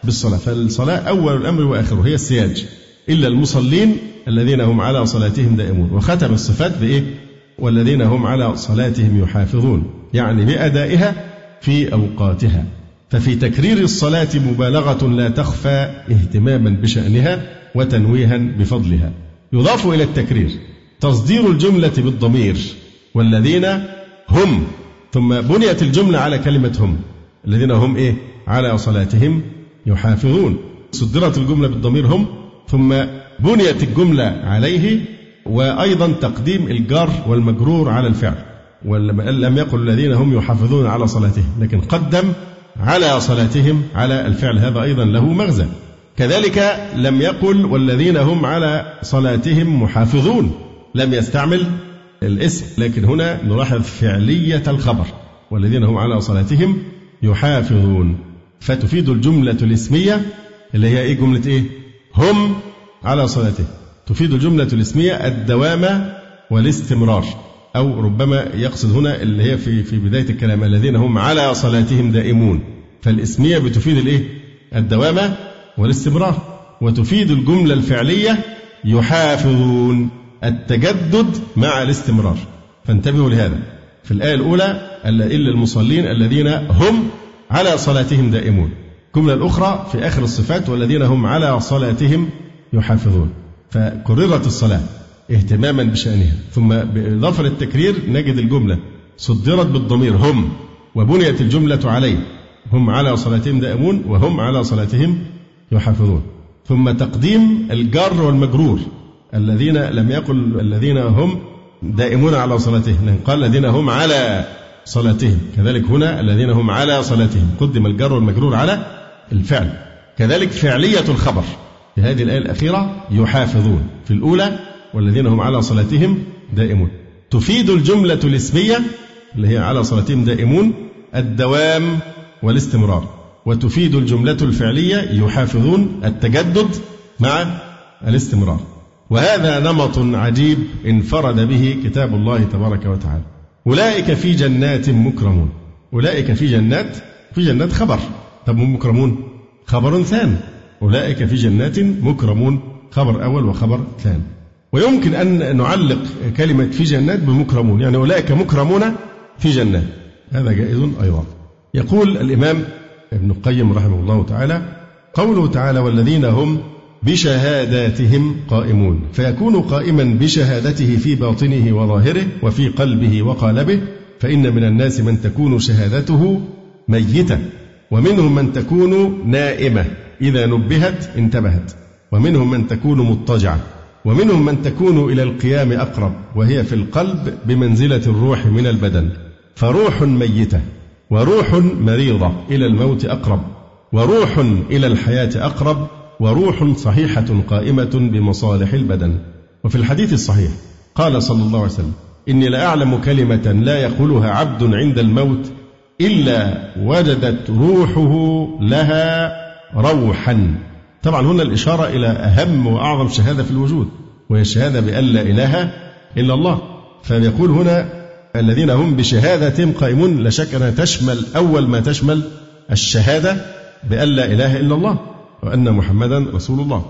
بالصلاة. فالصلاة أول الأمر وآخره، هي السياج، إلا المصلين الذين هم على صلاتهم دائمون. وختم الصفات بإيه؟ والذين هم على صلاتهم يحافظون، يعني بأدائها في أوقاتها. ففي تكرير الصلاة مبالغة لا تخفى اهتماما بشأنها وتنويها بفضلها. يضاف إلى التكرير تصدير الجملة بالضمير والذين هم، ثم بنيت الجملة على كلمة هم، الذين هم إيه؟ على صلاتهم يحافظون. صدرت الجملة بالضمير هم، ثم بنيت الجملة عليه، وأيضا تقديم الجار والمجرور على الفعل. ولم يقل الذين هم يحافظون على صلاتهم، لكن قدم على صلاتهم على الفعل، هذا أيضا له مغزى. كذلك لم يقل والذين هم على صلاتهم محافظون، لم يستعمل الاسم، لكن هنا نلاحظ فعلية الخبر، والذين هم على صلاتهم يحافظون، فتفيد الجملة الاسمية اللي هي إيه؟ جملة إيه؟ هم على صلاتهم. تفيد الجملة الاسمية الدوام والاستمرار، أو ربما يقصد هنا اللي هي في في بداية الكلام الذين هم على صلاتهم دائمون، فالاسمية بتفيد الإيه؟ الدوام والاستمرار. وتفيد الجملة الفعلية يحافظون التجدد مع الاستمرار. فانتبهوا لهذا، في الآية الأولى إلا المصلين الذين هم على صلاتهم دائمون، الجملة الأخرى في آخر الصفات والذين هم على صلاتهم يحافظون، فكررت الصلاة اهتماما بشأنها. ثم بإضافة للتكرير نجد الجملة صدرت بالضمير هم، وبنيت الجملة عليه، هم على صلاتهم دائمون وهم على صلاتهم يحافظون. ثم تقديم الجار والمجرور، الذين لم يقل الذين هم دائمون على صلاتهم، لأن قال الذين هم على صلاتهم. كذلك هنا الذين هم على صلاتهم قدم الجار والمجرور على الفعل. كذلك فعلية الخبر في هذه الآية الأخيرة يحافظون، في الأولى والذين هم على صلاتهم دائمون. تفيد الجملة الاسمية اللي هي على صلاتهم دائمون الدوام والاستمرار، وتفيد الجملة الفعلية يحافظون التجدد مع الاستمرار. وهذا نمط عجيب انفرد به كتاب الله تبارك وتعالى. أولئك في جنات مكرمون، أولئك في جنات، في جنات خبر، طب هم مكرمون خبر ثاني، أولئك في جنات مكرمون خبر أول وخبر ثاني. ويمكن أن نعلق كلمة في جنات بمكرمون، يعني أولئك مكرمون في جنات، هذا جائز أيضا. يقول الإمام ابن القيم رحمه الله تعالى قوله تعالى والذين هم بشهاداتهم قائمون، فيكون قائما بشهادته في باطنه وظاهره وفي قلبه وقالبه. فإن من الناس من تكون شهادته ميتة، ومنهم من تكون نائمة إذا نبهت انتبهت، ومنهم من تكون مضطجعة، ومنهم من تكون إلى القيام أقرب، وهي في القلب بمنزلة الروح من البدن. فروح ميتة وروح مريضة إلى الموت أقرب، وروح إلى الحياة أقرب، وروح صحيحة قائمة بمصالح البدن. وفي الحديث الصحيح قال صلى الله عليه وسلم إني لأعلم كلمة لا يقولها عبد عند الموت إلا وجدت روحه لها روحا. طبعا هنا الإشارة إلى أهم وأعظم شهادة في الوجود، وهي الشهادة بأن لا إله إلا الله. فيقول هنا الذين هم بشهادتهم قائمون، لا شك أنها تشمل أول ما تشمل الشهادة بأن لا إله إلا الله وأن محمدا رسول الله.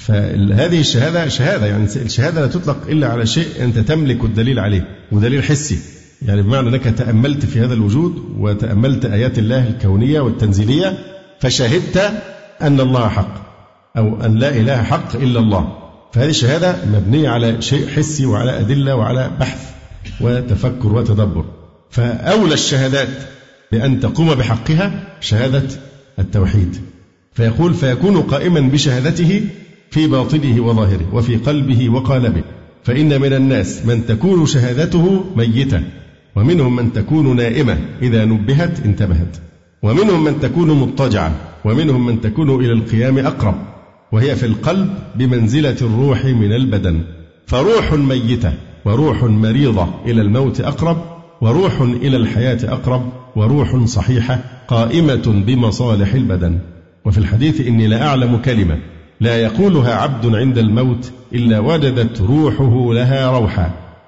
فهذه الشهادة شهادة، يعني الشهادة لا تطلق إلا على شيء أنت تملك الدليل عليه، ودليل حسي، يعني بمعنى أنك تأملت في هذا الوجود وتأملت آيات الله الكونية والتنزيلية فشهدت أن الله حق أو أن لا إله حق إلا الله. فهذه الشهادة مبنية على شيء حسي وعلى أدلة وعلى بحث وتفكر وتدبر. فأولى الشهادات بأن تقوم بحقها شهادة التوحيد. فيقول فيكون قائما بشهادته في باطنه وظاهره وفي قلبه وقالبه. فإن من الناس من تكون شهادته ميتة، ومنهم من تكون نائمة إذا نبهت انتبهت، ومنهم من تكون مضطجعة، ومنهم من تكون إلى القيام أقرب، وهي في القلب بمنزلة الروح من البدن. فروح ميتة وروح مريضة إلى الموت أقرب، وروح إلى الحياة أقرب، وروح صحيحة قائمة بمصالح البدن. وفي الحديث إني لأعلم كلمة لا يقولها عبد عند الموت إلا وجدت روحه لها روحا.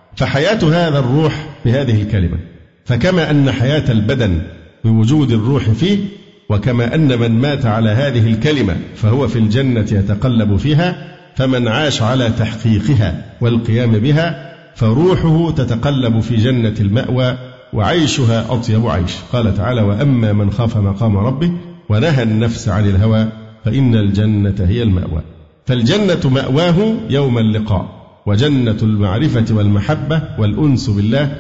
فحياة هذا الروح بهذه الكلمة، فكما أن حياة البدن بوجود الروح فيه، وكما أن من مات على هذه الكلمة فهو في الجنة يتقلب فيها، فمن عاش على تحقيقها والقيام بها فروحه تتقلب في جنة المأوى وعيشها أطيب عيش. قال تعالى: وأما من خاف مقام ربه ونهى النفس عن الهوى فإن الجنة هي المأوى. فالجنة مأواه يوم اللقاء، وجنة المعرفة والمحبة والأنس بالله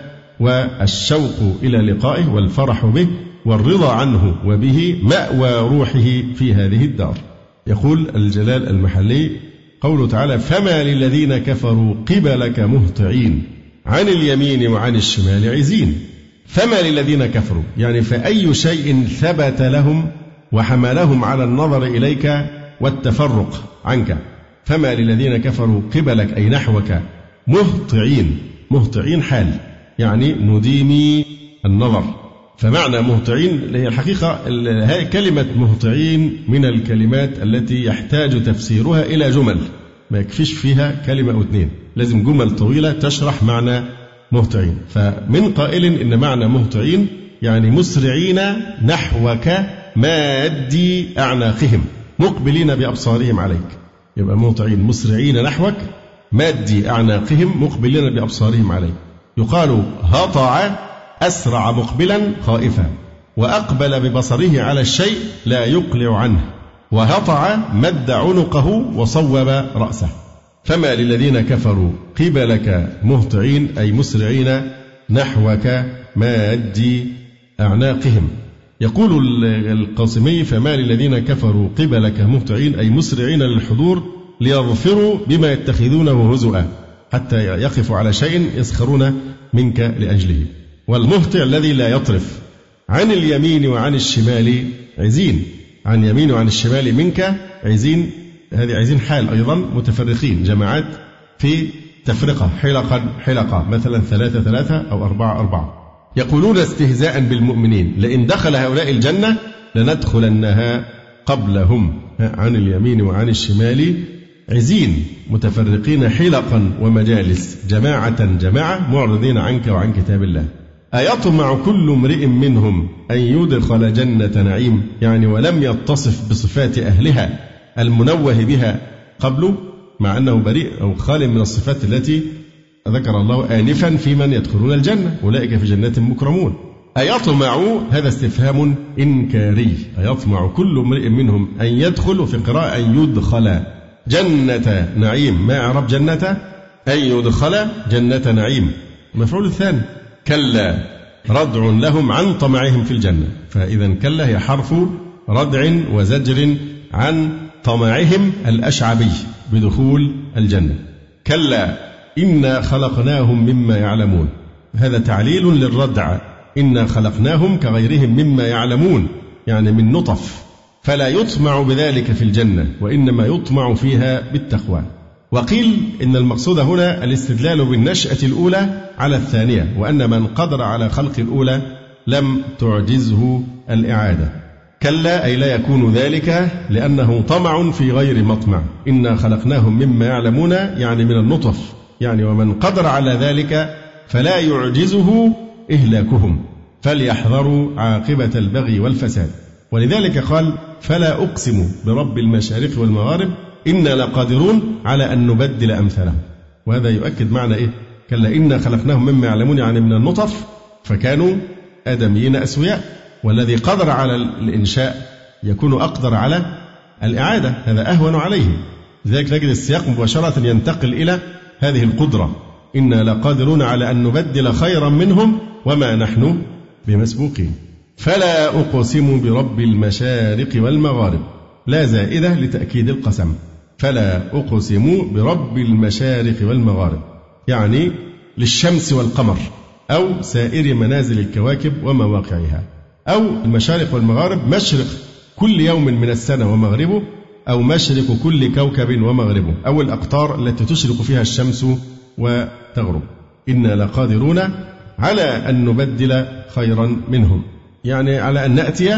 والشوق إلى لقائه والفرح به والرضا عنه وبه مأوى روحه في هذه الدار. يقول الجلال المحلي قوله تعالى: فما للذين كفروا قبلك مهطعين عن اليمين وعن الشمال عزين. فما للذين كفروا يعني فأي شيء ثبت لهم وحملهم على النظر إليك والتفرق عنك. فما للذين كفروا قبلك أي نحوك مهطعين، مهطعين حال يعني مديمي النظر. فمعنى مهطعين هي الحقيقة هذه كلمة مهطعين من الكلمات التي يحتاج تفسيرها إلى جمل، ما يكفيش فيها كلمة أو اثنين، لازم جمل طويلة تشرح معنى مهطعين. فمن قائل إن معنى مهطعين يعني مسرعين نحوك مادي أعناقهم مقبلين بأبصارهم عليك. يبقى مهطعين مسرعين نحوك مادي أعناقهم مقبلين بأبصارهم عليك. يقال هطع أسرع مقبلا خائفا، وأقبل ببصره على الشيء لا يقلع عنه، وهطع مد عنقه وصوب رأسه. فما للذين كفروا قبلك مهطعين أي مسرعين نحوك مادي أعناقهم. يقول القاسمي: فما للذين كفروا قبلك مهطعين أي مسرعين للحضور ليظفروا بما يتخذونه هزؤا، حتى يقفوا على شيء يسخرون منك لأجله. والمهطع الذي لا يطرف. عن اليمين وعن الشمال عزين، عن يمين وعن الشمال منك عزين، هذه عزين حال أيضا متفرقين جماعات في تفرقة، حلقا حلقة، مثلا ثلاثة ثلاثة أو أربعة أربعة. يقولون استهزاء بالمؤمنين: لئن دخل هؤلاء الجنة لندخلنها قبلهم. عن اليمين وعن الشمال عزين متفرقين حلقا ومجالس، جماعة جماعة معرضين عنك وعن كتاب الله. أيطمع كل امرئ منهم أن يدخل جنة نعيم، يعني ولم يتصف بصفات أهلها المنوه بها قبله، مع أنه بريء أو خال من الصفات التي ذكر الله آنفا في من يدخلون الجنة، أولئك في جنات مكرمون. أيطمع هذا استفهام إنكاري، أيطمع كل امرئ منهم أن يدخل، وفي قراءة أن يدخل جنة نعيم. ما إعراب جنة؟ أن يدخل جنة نعيم. المفعول الثاني كلا ردع لهم عن طمعهم في الجنة. فإذا كلا هي حرف ردع وزجر عن طمعهم الأشعبي بدخول الجنة. كلا إنا خلقناهم مما يعلمون، هذا تعليل للردع. إنا خلقناهم كغيرهم مما يعلمون، يعني من نطف، فلا يطمع بذلك في الجنة، وإنما يطمع فيها بالتقوى. وقيل إن المقصود هنا الاستدلال بالنشأة الأولى على الثانية، وأن من قدر على خلق الأولى لم تعجزه الإعادة. كلا أي لا يكون ذلك لأنه طمع في غير مطمع. إنا خلقناهم مما يعلمون يعني من النطف، يعني ومن قدر على ذلك فلا يعجزه إهلاكهم، فليحذروا عاقبة البغي والفساد. ولذلك قال: فلا أقسم برب المشارق والمغارب إنا لقادرون على أن نبدل أمثالهم. وهذا يؤكد معنى إيه؟ كلا إنا خلقناهم مما يعلمون، يعني من النطف، فكانوا آدميين أسوياء، والذي قدر على الإنشاء يكون أقدر على الإعادة، هذا أهون عليه. لذلك نجد السياق مباشرة ينتقل إلى هذه القدرة: إنا لقادرون على أن نبدل خيرا منهم وما نحن بمسبوقين. فلا أقسم برب المشارق والمغارب، لا زائدة لتأكيد القسم. فلا أقسم برب المشارق والمغارب، يعني للشمس والقمر أو سائر منازل الكواكب ومواقعها، أو المشارق والمغارب مشرق كل يوم من السنة ومغربه، أو مشرق كل كوكب ومغربه، أو الأقطار التي تشرق فيها الشمس وتغرب. إنا لقادرون على أن نبدل خيرا منهم، يعني على أن نأتي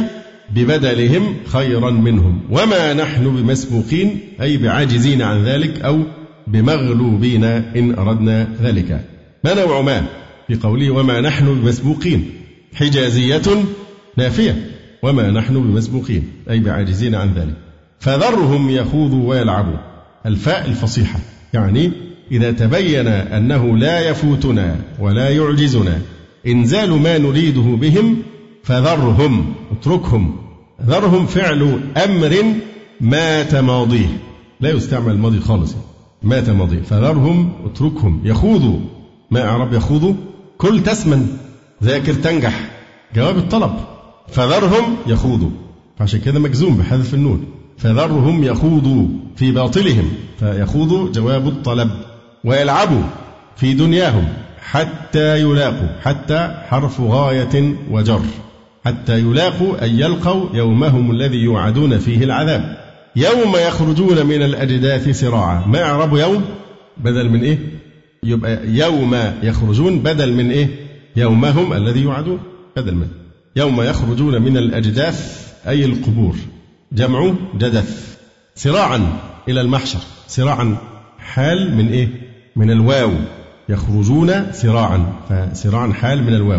ببدلهم خيرا منهم، وما نحن بمسبوقين أي بعاجزين عن ذلك أو بمغلوبين إن أردنا ذلك. ما نوع ما في قوله وما نحن بمسبوقين؟ حجازية نافية، وما نحن بمسبوقين، أي بعاجزين عن ذلك. فذرهم يخوضوا ويلعبوا. الفاء الفصيحة، يعني إذا تبين أنه لا يفوتنا ولا يعجزنا إنزال ما نريده بهم فذرهم، اتركهم. ذرهم فعل أمر مات ماضيه، لا يستعمل الماضي خالص، مات ماضيه. فذرهم اتركهم يخوضوا. ما أعرب يخوضوا؟ كل تسمن، ذاكر تنجح، جواب الطلب. فذرهم يخوضوا، فعشان كده مجزوم بحذف النون. فذرهم يخوضوا في باطلهم، فيخوضوا جواب الطلب. ويلعبوا في دنياهم حتى يلاقوا، حتى حرف غاية وجر، حتى يلاقوا أي يلقوا يومهم الذي يوعدون فيه العذاب. يوم يخرجون من الأجداث سراعا. ما إعراب يوم؟ بدل من إيه؟ يبقى يوم يخرجون بدل من إيه؟ يومهم الذي يوعدون، بدل من يوم يخرجون من الأجداث أي القبور، جمع جدث. سراعا إلى المحشر، سراعا حال من إيه؟ من الواو. يخرجون سراعا، فسراعا حال من الواو.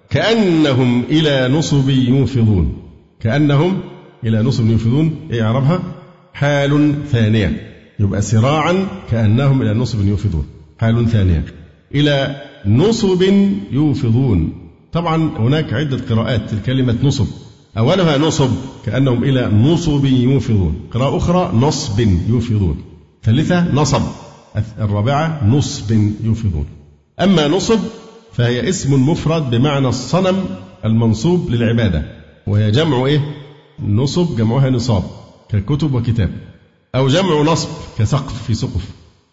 كأنهم إلى نصب يوفضون. كأنهم إلى نصب يوفضون، إيه إعرابها؟ حال ثانية. يبقى سراعا كأنهم إلى نصب يوفضون، حال ثانية. إلى نصب يوفضون. طبعا هناك عدة قراءات لكلمة نصب، أولها نصب كأنهم إلى نصب يوفضون، قراءة أخرى نصب يوفضون، ثالثة نصب، الرابعة نصب يوفضون. أما نصب فهي اسم مفرد بمعنى الصنم المنصوب للعبادة، وهي جمع إيه؟ نصب جمعها نصاب ككتب وكتاب، أو جمع نصب كسقف في سقف.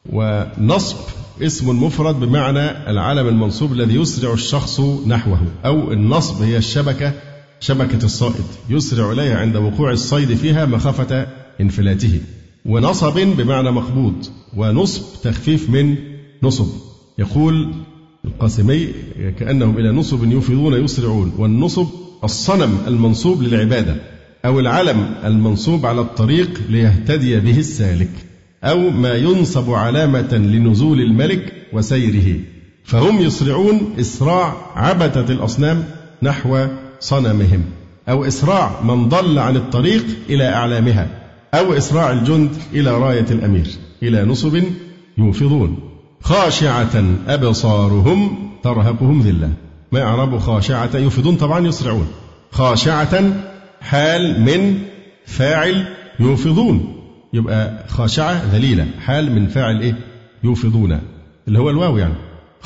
ونصب اسم مفرد بمعنى العلم المنصوب الذي يسرع الشخص نحوه، أو النصب هي الشبكة، شبكة الصائد يسرع إليها عند وقوع الصيد فيها مخافة انفلاته. ونصب بمعنى مقبوض، ونصب تخفيف من نصب. يقول القاسمي كأنهم إلى نصب يوفضون يسرعون. والنصب الصنم المنصوب للعبادة، أو العلم المنصوب على الطريق ليهتدي به السالك، أو ما ينصب علامة لنزول الملك وسيره. فهم يسرعون إسراع عبثة الأصنام نحو صنمهم، أو إسراع من ضل عن الطريق إلى أعلامها، أو إسراع الجند إلى راية الأمير. إلى نصب يوفضون. خاشعة أبصارهم ترهقهم ذلة. ما إعراب خاشعة؟ يوفضون طبعا يسرعون. خاشعة حال من فاعل يوفضون، يبقى خاشعة ذليلة حال من فاعل إيه؟ يوفضون، اللي هو الواو يعني.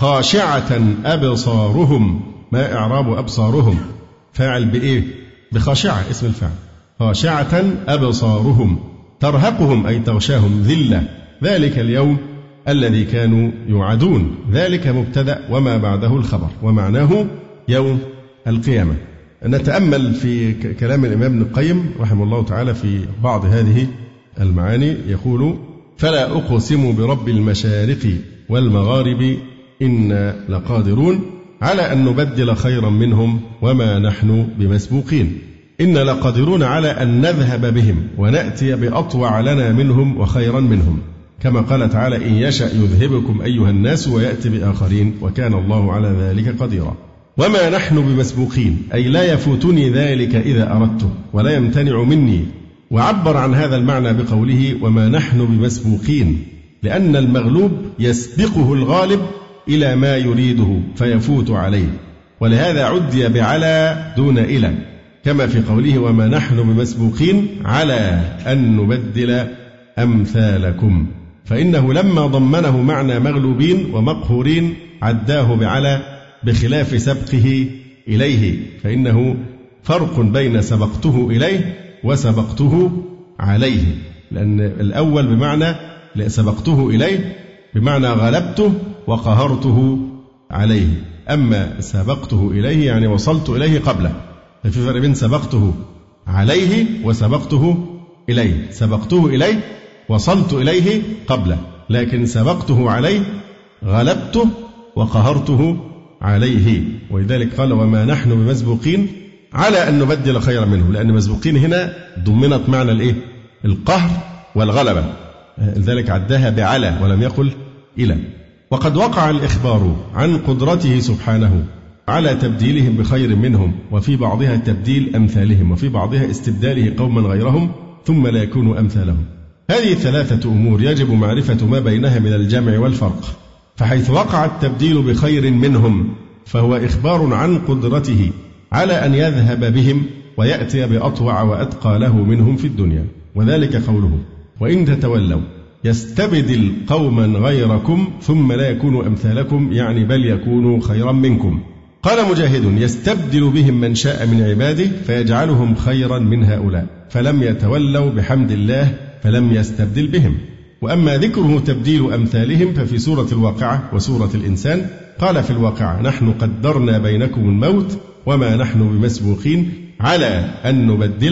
خاشعة أبصارهم. ما إعراب أبصارهم؟ فاعل بإيه؟ بخاشعة اسم الفاعل. خاشعة أبصارهم ترهقهم أي تغشاهم ذلة ذلك اليوم الذي كانوا يوعدون. ذلك مبتدأ وما بعده الخبر، ومعناه يوم القيامة. نتأمل في كلام الإمام ابن القيم رحمه الله تعالى في بعض هذه المعاني. يقول: فلا أقسم برب المشارق والمغارب إنا لقادرون على أن نبدل خيرا منهم وما نحن بمسبوقين. إنا لقادرون على أن نذهب بهم ونأتي بأطوع لنا منهم وخيرا منهم، كما قال تعالى: إن يشأ يذهبكم أيها الناس ويأتي بآخرين وكان الله على ذلك قديرا. وما نحن بمسبوقين أي لا يفوتني ذلك إذا أردته ولا يمتنع مني. وعبر عن هذا المعنى بقوله: وما نحن بمسبوقين، لأن المغلوب يسبقه الغالب إلى ما يريده فيفوت عليه، ولهذا عدي بعلى دون إلى، كما في قوله: وما نحن بمسبوقين على أن نبدل أمثالكم. فإنه لما ضمنه معنى مغلوبين ومقهورين عداه بعلى بخلاف سبقه إليه، فإنه فرق بين سبقته إليه وسبقته عليه، لأن الأول بمعنى سبقته إليه بمعنى غلبته وقهرته عليه، أما سبقته إليه يعني وصلت إليه قبله. ففي فرق بين سبقته عليه وسبقته إليه. سبقته إليه وصلت إليه قبله، لكن سبقته عليه غلبته وقهرته عليه. ولذلك قال: وما نحن بمسبوقين على أن نبدل خيرا منه، لأن مسبوقين هنا ضمنت معنى الإيه؟ القهر والغلبة، لذلك عداها بعلى ولم يقل إلى. وقد وقع الإخبار عن قدرته سبحانه على تبديلهم بخير منهم، وفي بعضها تبديل أمثالهم، وفي بعضها استبداله قوما غيرهم ثم لا يكونوا أمثالهم. هذه ثلاثة أمور يجب معرفة ما بينها من الجمع والفرق. فحيث وقع التبديل بخير منهم فهو إخبار عن قدرته على أن يذهب بهم ويأتي بأطوع وأتقى له منهم في الدنيا، وذلك قوله: وإن تتولوا يستبدل قوما غيركم ثم لا يكونوا أمثالكم، يعني بل يكونوا خيرا منكم. قال مجاهد: يستبدل بهم من شاء من عباده فيجعلهم خيرا من هؤلاء، فلم يتولوا بحمد الله فلم يستبدل بهم. وأما ذكره تبديل أمثالهم ففي سورة الواقعة وسورة الإنسان قال في الواقعة: نحن قدرنا بينكم الموت وما نحن بمسبوقين على أن نبدل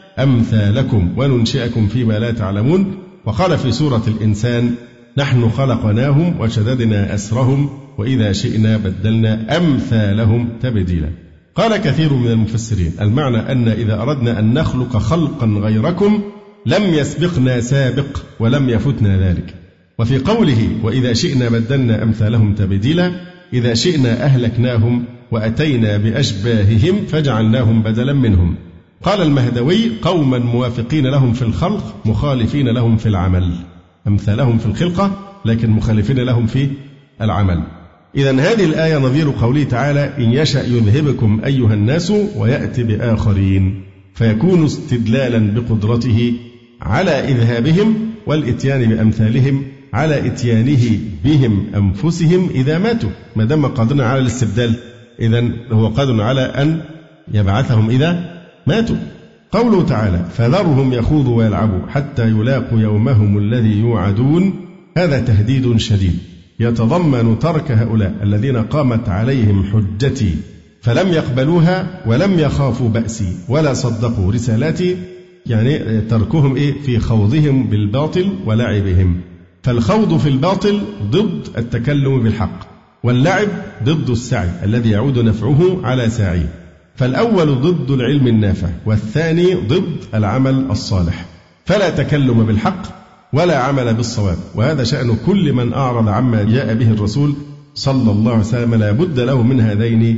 أمثالكم وننشئكم فيما لا تعلمون. وقال في سورة الإنسان: نحن خلقناهم وشددنا أسرهم وإذا شئنا بدلنا أمثالهم تبديلا. قال كثير من المفسرين: المعنى أن إذا أردنا أن نخلق خلقا غيركم لم يسبقنا سابق ولم يفتنا ذلك. وفي قوله: وإذا شئنا بدلنا أمثالهم تبديلا، إذا شئنا أهلكناهم وأتينا بأشباههم فجعلناهم بدلا منهم. قال المهدوي: قوما موافقين لهم في الخلق مخالفين لهم في العمل، أمثالهم في الخلقة لكن مخالفين لهم في العمل. إذن هذه الآية نظير قوله تعالى: إن يشأ يذهبكم أيها الناس ويأتي بآخرين، فيكون استدلالا بقدرته على إذهابهم والإتيان بأمثالهم على إتيانه بهم أنفسهم إذا ماتوا. ما دام قادر على الاستبدال إذن هو قادر على أن يبعثهم إذا ماتوا. قوله تعالى: فذرهم يخوضوا ويلعبوا حتى يلاقوا يومهم الذي يوعدون، هذا تهديد شديد يتضمن ترك هؤلاء الذين قامت عليهم حجتي فلم يقبلوها ولم يخافوا بأسي ولا صدقوا رسالاتي، يعني تركهم إيه في خوضهم بالباطل ولعبهم. فالخوض في الباطل ضد التكلم بالحق، واللعب ضد السعي الذي يعود نفعه على ساعيه. فالأول ضد العلم النافع، والثاني ضد العمل الصالح. فلا تكلم بالحق ولا عمل بالصواب، وهذا شأن كل من أعرض عما جاء به الرسول صلى الله عليه وسلم. لا بد له من هذين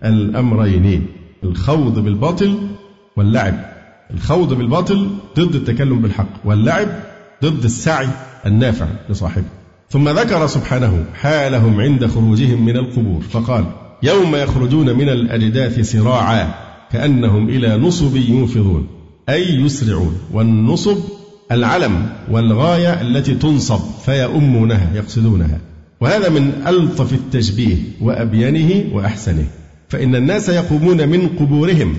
الأمرين: الخوض بالباطل واللعب. الخوض بالباطل ضد التكلم بالحق، واللعب ضد السعي النافع لصاحبه. ثم ذكر سبحانه حالهم عند خروجهم من القبور فقال: يوم يخرجون من الأجداث سراعا كأنهم إلى نصب يوفضون، أي يسرعون. والنصب العلم والغاية التي تنصب فيؤمونها يقصدونها، وهذا من ألطف التشبيه وأبينه وأحسنه. فإن الناس يقومون من قبورهم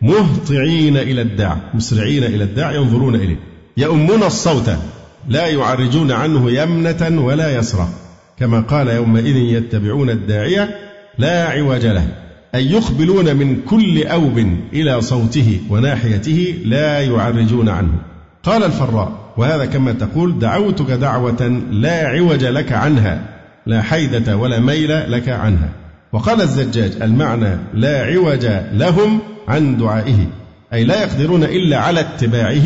مهطعين إلى الداع، مسرعين إلى الداع ينظرون إليه، يؤمون الصوت لا يعرجون عنه يمنة ولا يسرى، كما قال: يومئذ يتبعون الداعية لا عوج له، أي يقبلون من كل أوب إلى صوته وناحيته لا يعرجون عنه. قال الفراء: وهذا كما تقول: دعوتك دعوة لا عوج لك عنها، لا حيدة ولا ميل لك عنها. وقال الزجاج: المعنى لا عوج لهم عن دعائه، أي لا يقدرون إلا على اتباعه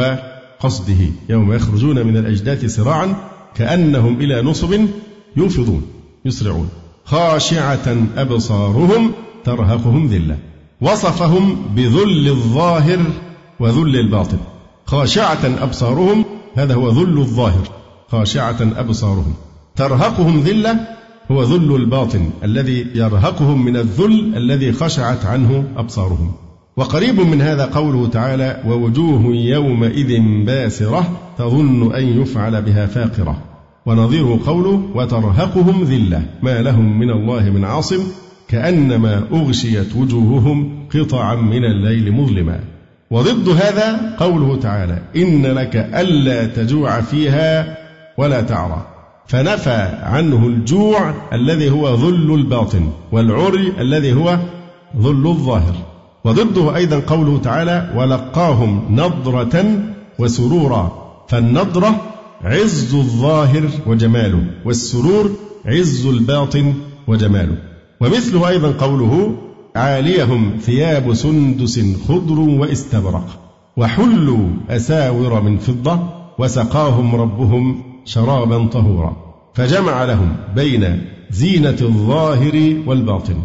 وقصده. يوم يخرجون من الأجداث سراعا كأنهم إلى نصب يوفضون، يسرعون، خاشعة أبصارهم ترهقهم ذلة. وصفهم بذل الظاهر وذل الباطن. خاشعة أبصارهم، هذا هو ذل الظاهر، خاشعة أبصارهم. ترهقهم ذلة هو ذل الباطن الذي يرهقهم من الذل الذي خشعت عنه أبصارهم. وقريب من هذا قوله تعالى: ووجوه يومئذ باسرة تظن أن يفعل بها فاقرة. ونظيره قوله: وترهقهم ذلة ما لهم من الله من عاصم كأنما أغشيت وجوههم قطعا من الليل مظلما. وضد هذا قوله تعالى: إن لك ألا تجوع فيها ولا تعرى، فنفى عنه الجوع الذي هو ذل الباطن، والعري الذي هو ذل الظاهر. وضده أيضا قوله تعالى: ولقاهم نضرة وسرورا، فالنضرة عز الظاهر وجماله، والسرور عز الباطن وجماله. ومثله أيضا قوله: عاليهم ثياب سندس خضر واستبرق، وحلوا أساور من فضة، وسقاهم ربهم شرابا طهورا. فجمع لهم بين زينة الظاهر والباطن.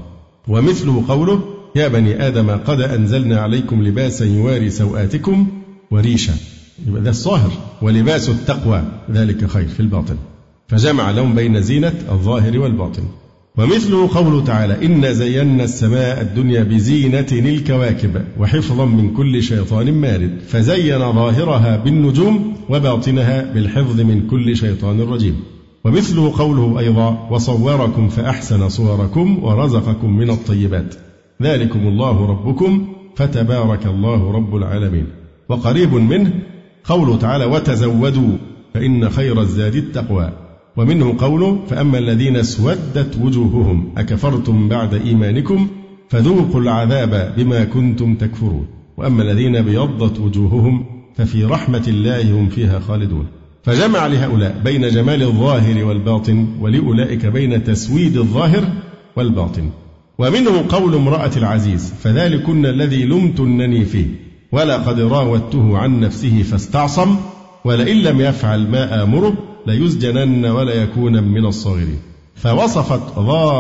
ومثله قوله يا بني آدم قد أنزلنا عليكم لباسا يواري سوآتكم وريشا، يبقى ده الظاهر، ولباس التقوى ذلك خير في الباطن، فجمع لهم بين زينة الظاهر والباطن. ومثله قوله تعالى إنا زينا السماء الدنيا بزينة الكواكب وحفظا من كل شيطان مارد فزين ظاهرها بالنجوم وباطنها بالحفظ من كل شيطان رجيم. ومثله قوله أيضا وصوركم فأحسن صوركم ورزقكم من الطيبات ذلكم الله ربكم فتبارك الله رب العالمين. وقريب منه قوله تعالى وتزودوا فإن خير الزاد التقوى. ومنه قوله فأما الذين اسودت وجوههم أكفرتم بعد إيمانكم فذوقوا العذاب بما كنتم تكفرون وأما الذين ابيضت وجوههم ففي رحمة الله هم فيها خالدون. فجمع لهؤلاء بين جمال الظاهر والباطن ولأولئك بين تسويد الظاهر والباطن. ومنه قول امرأة العزيز فذلكن الذي لمتنني فيه ولقد راودته عن نفسه فاستعصم ولئن لم يفعل ما آمره ليسجنن ولا يكون من الصاغرين. فوصفت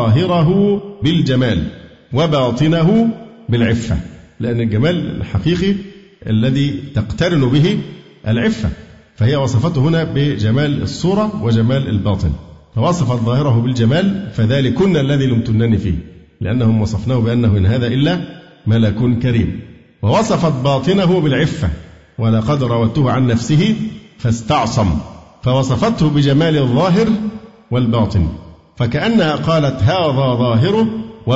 ظاهره بالجمال وباطنه بالعفة، لأن الجمال الحقيقي الذي تقترن به العفة، فهي وصفته هنا بجمال الصورة وجمال الباطن. فوصفت ظاهره بالجمال فذلكن الذي لمتنني فيه، لأنهم وصفناه بأنه إن هذا إلا ملك كريم. ووصفت باطنه بالعفة ولقد راودته عن نفسه فاستعصم، فوصفته بجمال الظاهر والباطن، فكأنها قالت هذا ظاهره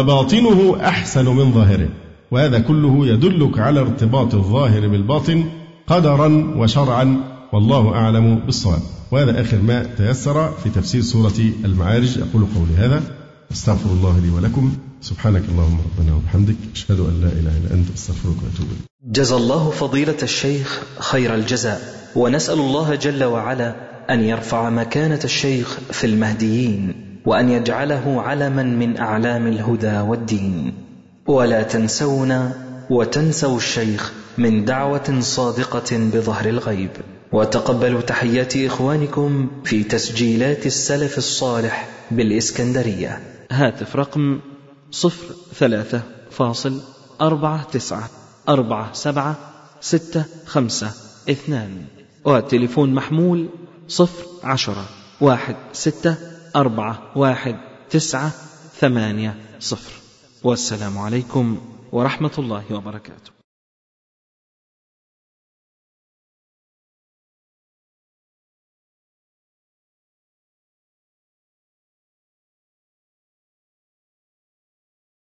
وباطنه أحسن من ظاهره. وهذا كله يدلك على ارتباط الظاهر بالباطن قدرا وشرعا، والله أعلم بالصواب. وهذا آخر ما تيسر في تفسير سورة المعارج. أقول قولي هذا أستغفر الله لي ولكم، سبحانك اللهم ربنا وبحمدك أشهد أن لا إله إلا أنت أستغفرك وأتوب إليك. جزى الله فضيلة الشيخ خير الجزاء، ونسأل الله جل وعلا أن يرفع مكانة الشيخ في المهديين وأن يجعله علما من أعلام الهدى والدين. ولا تنسونا وتنسوا الشيخ من دعوة صادقة بظهر الغيب، وتقبلوا تحيات إخوانكم في تسجيلات السلف الصالح بالإسكندرية. هاتف رقم صفر ثلاثة فاصل أربعة تسعة أربعة سبعة ستة خمسة اثنان، والتليفون محمول صفر عشرة واحد ستة أربعة واحد تسعة ثمانية صفر. والسلام عليكم ورحمة الله وبركاته.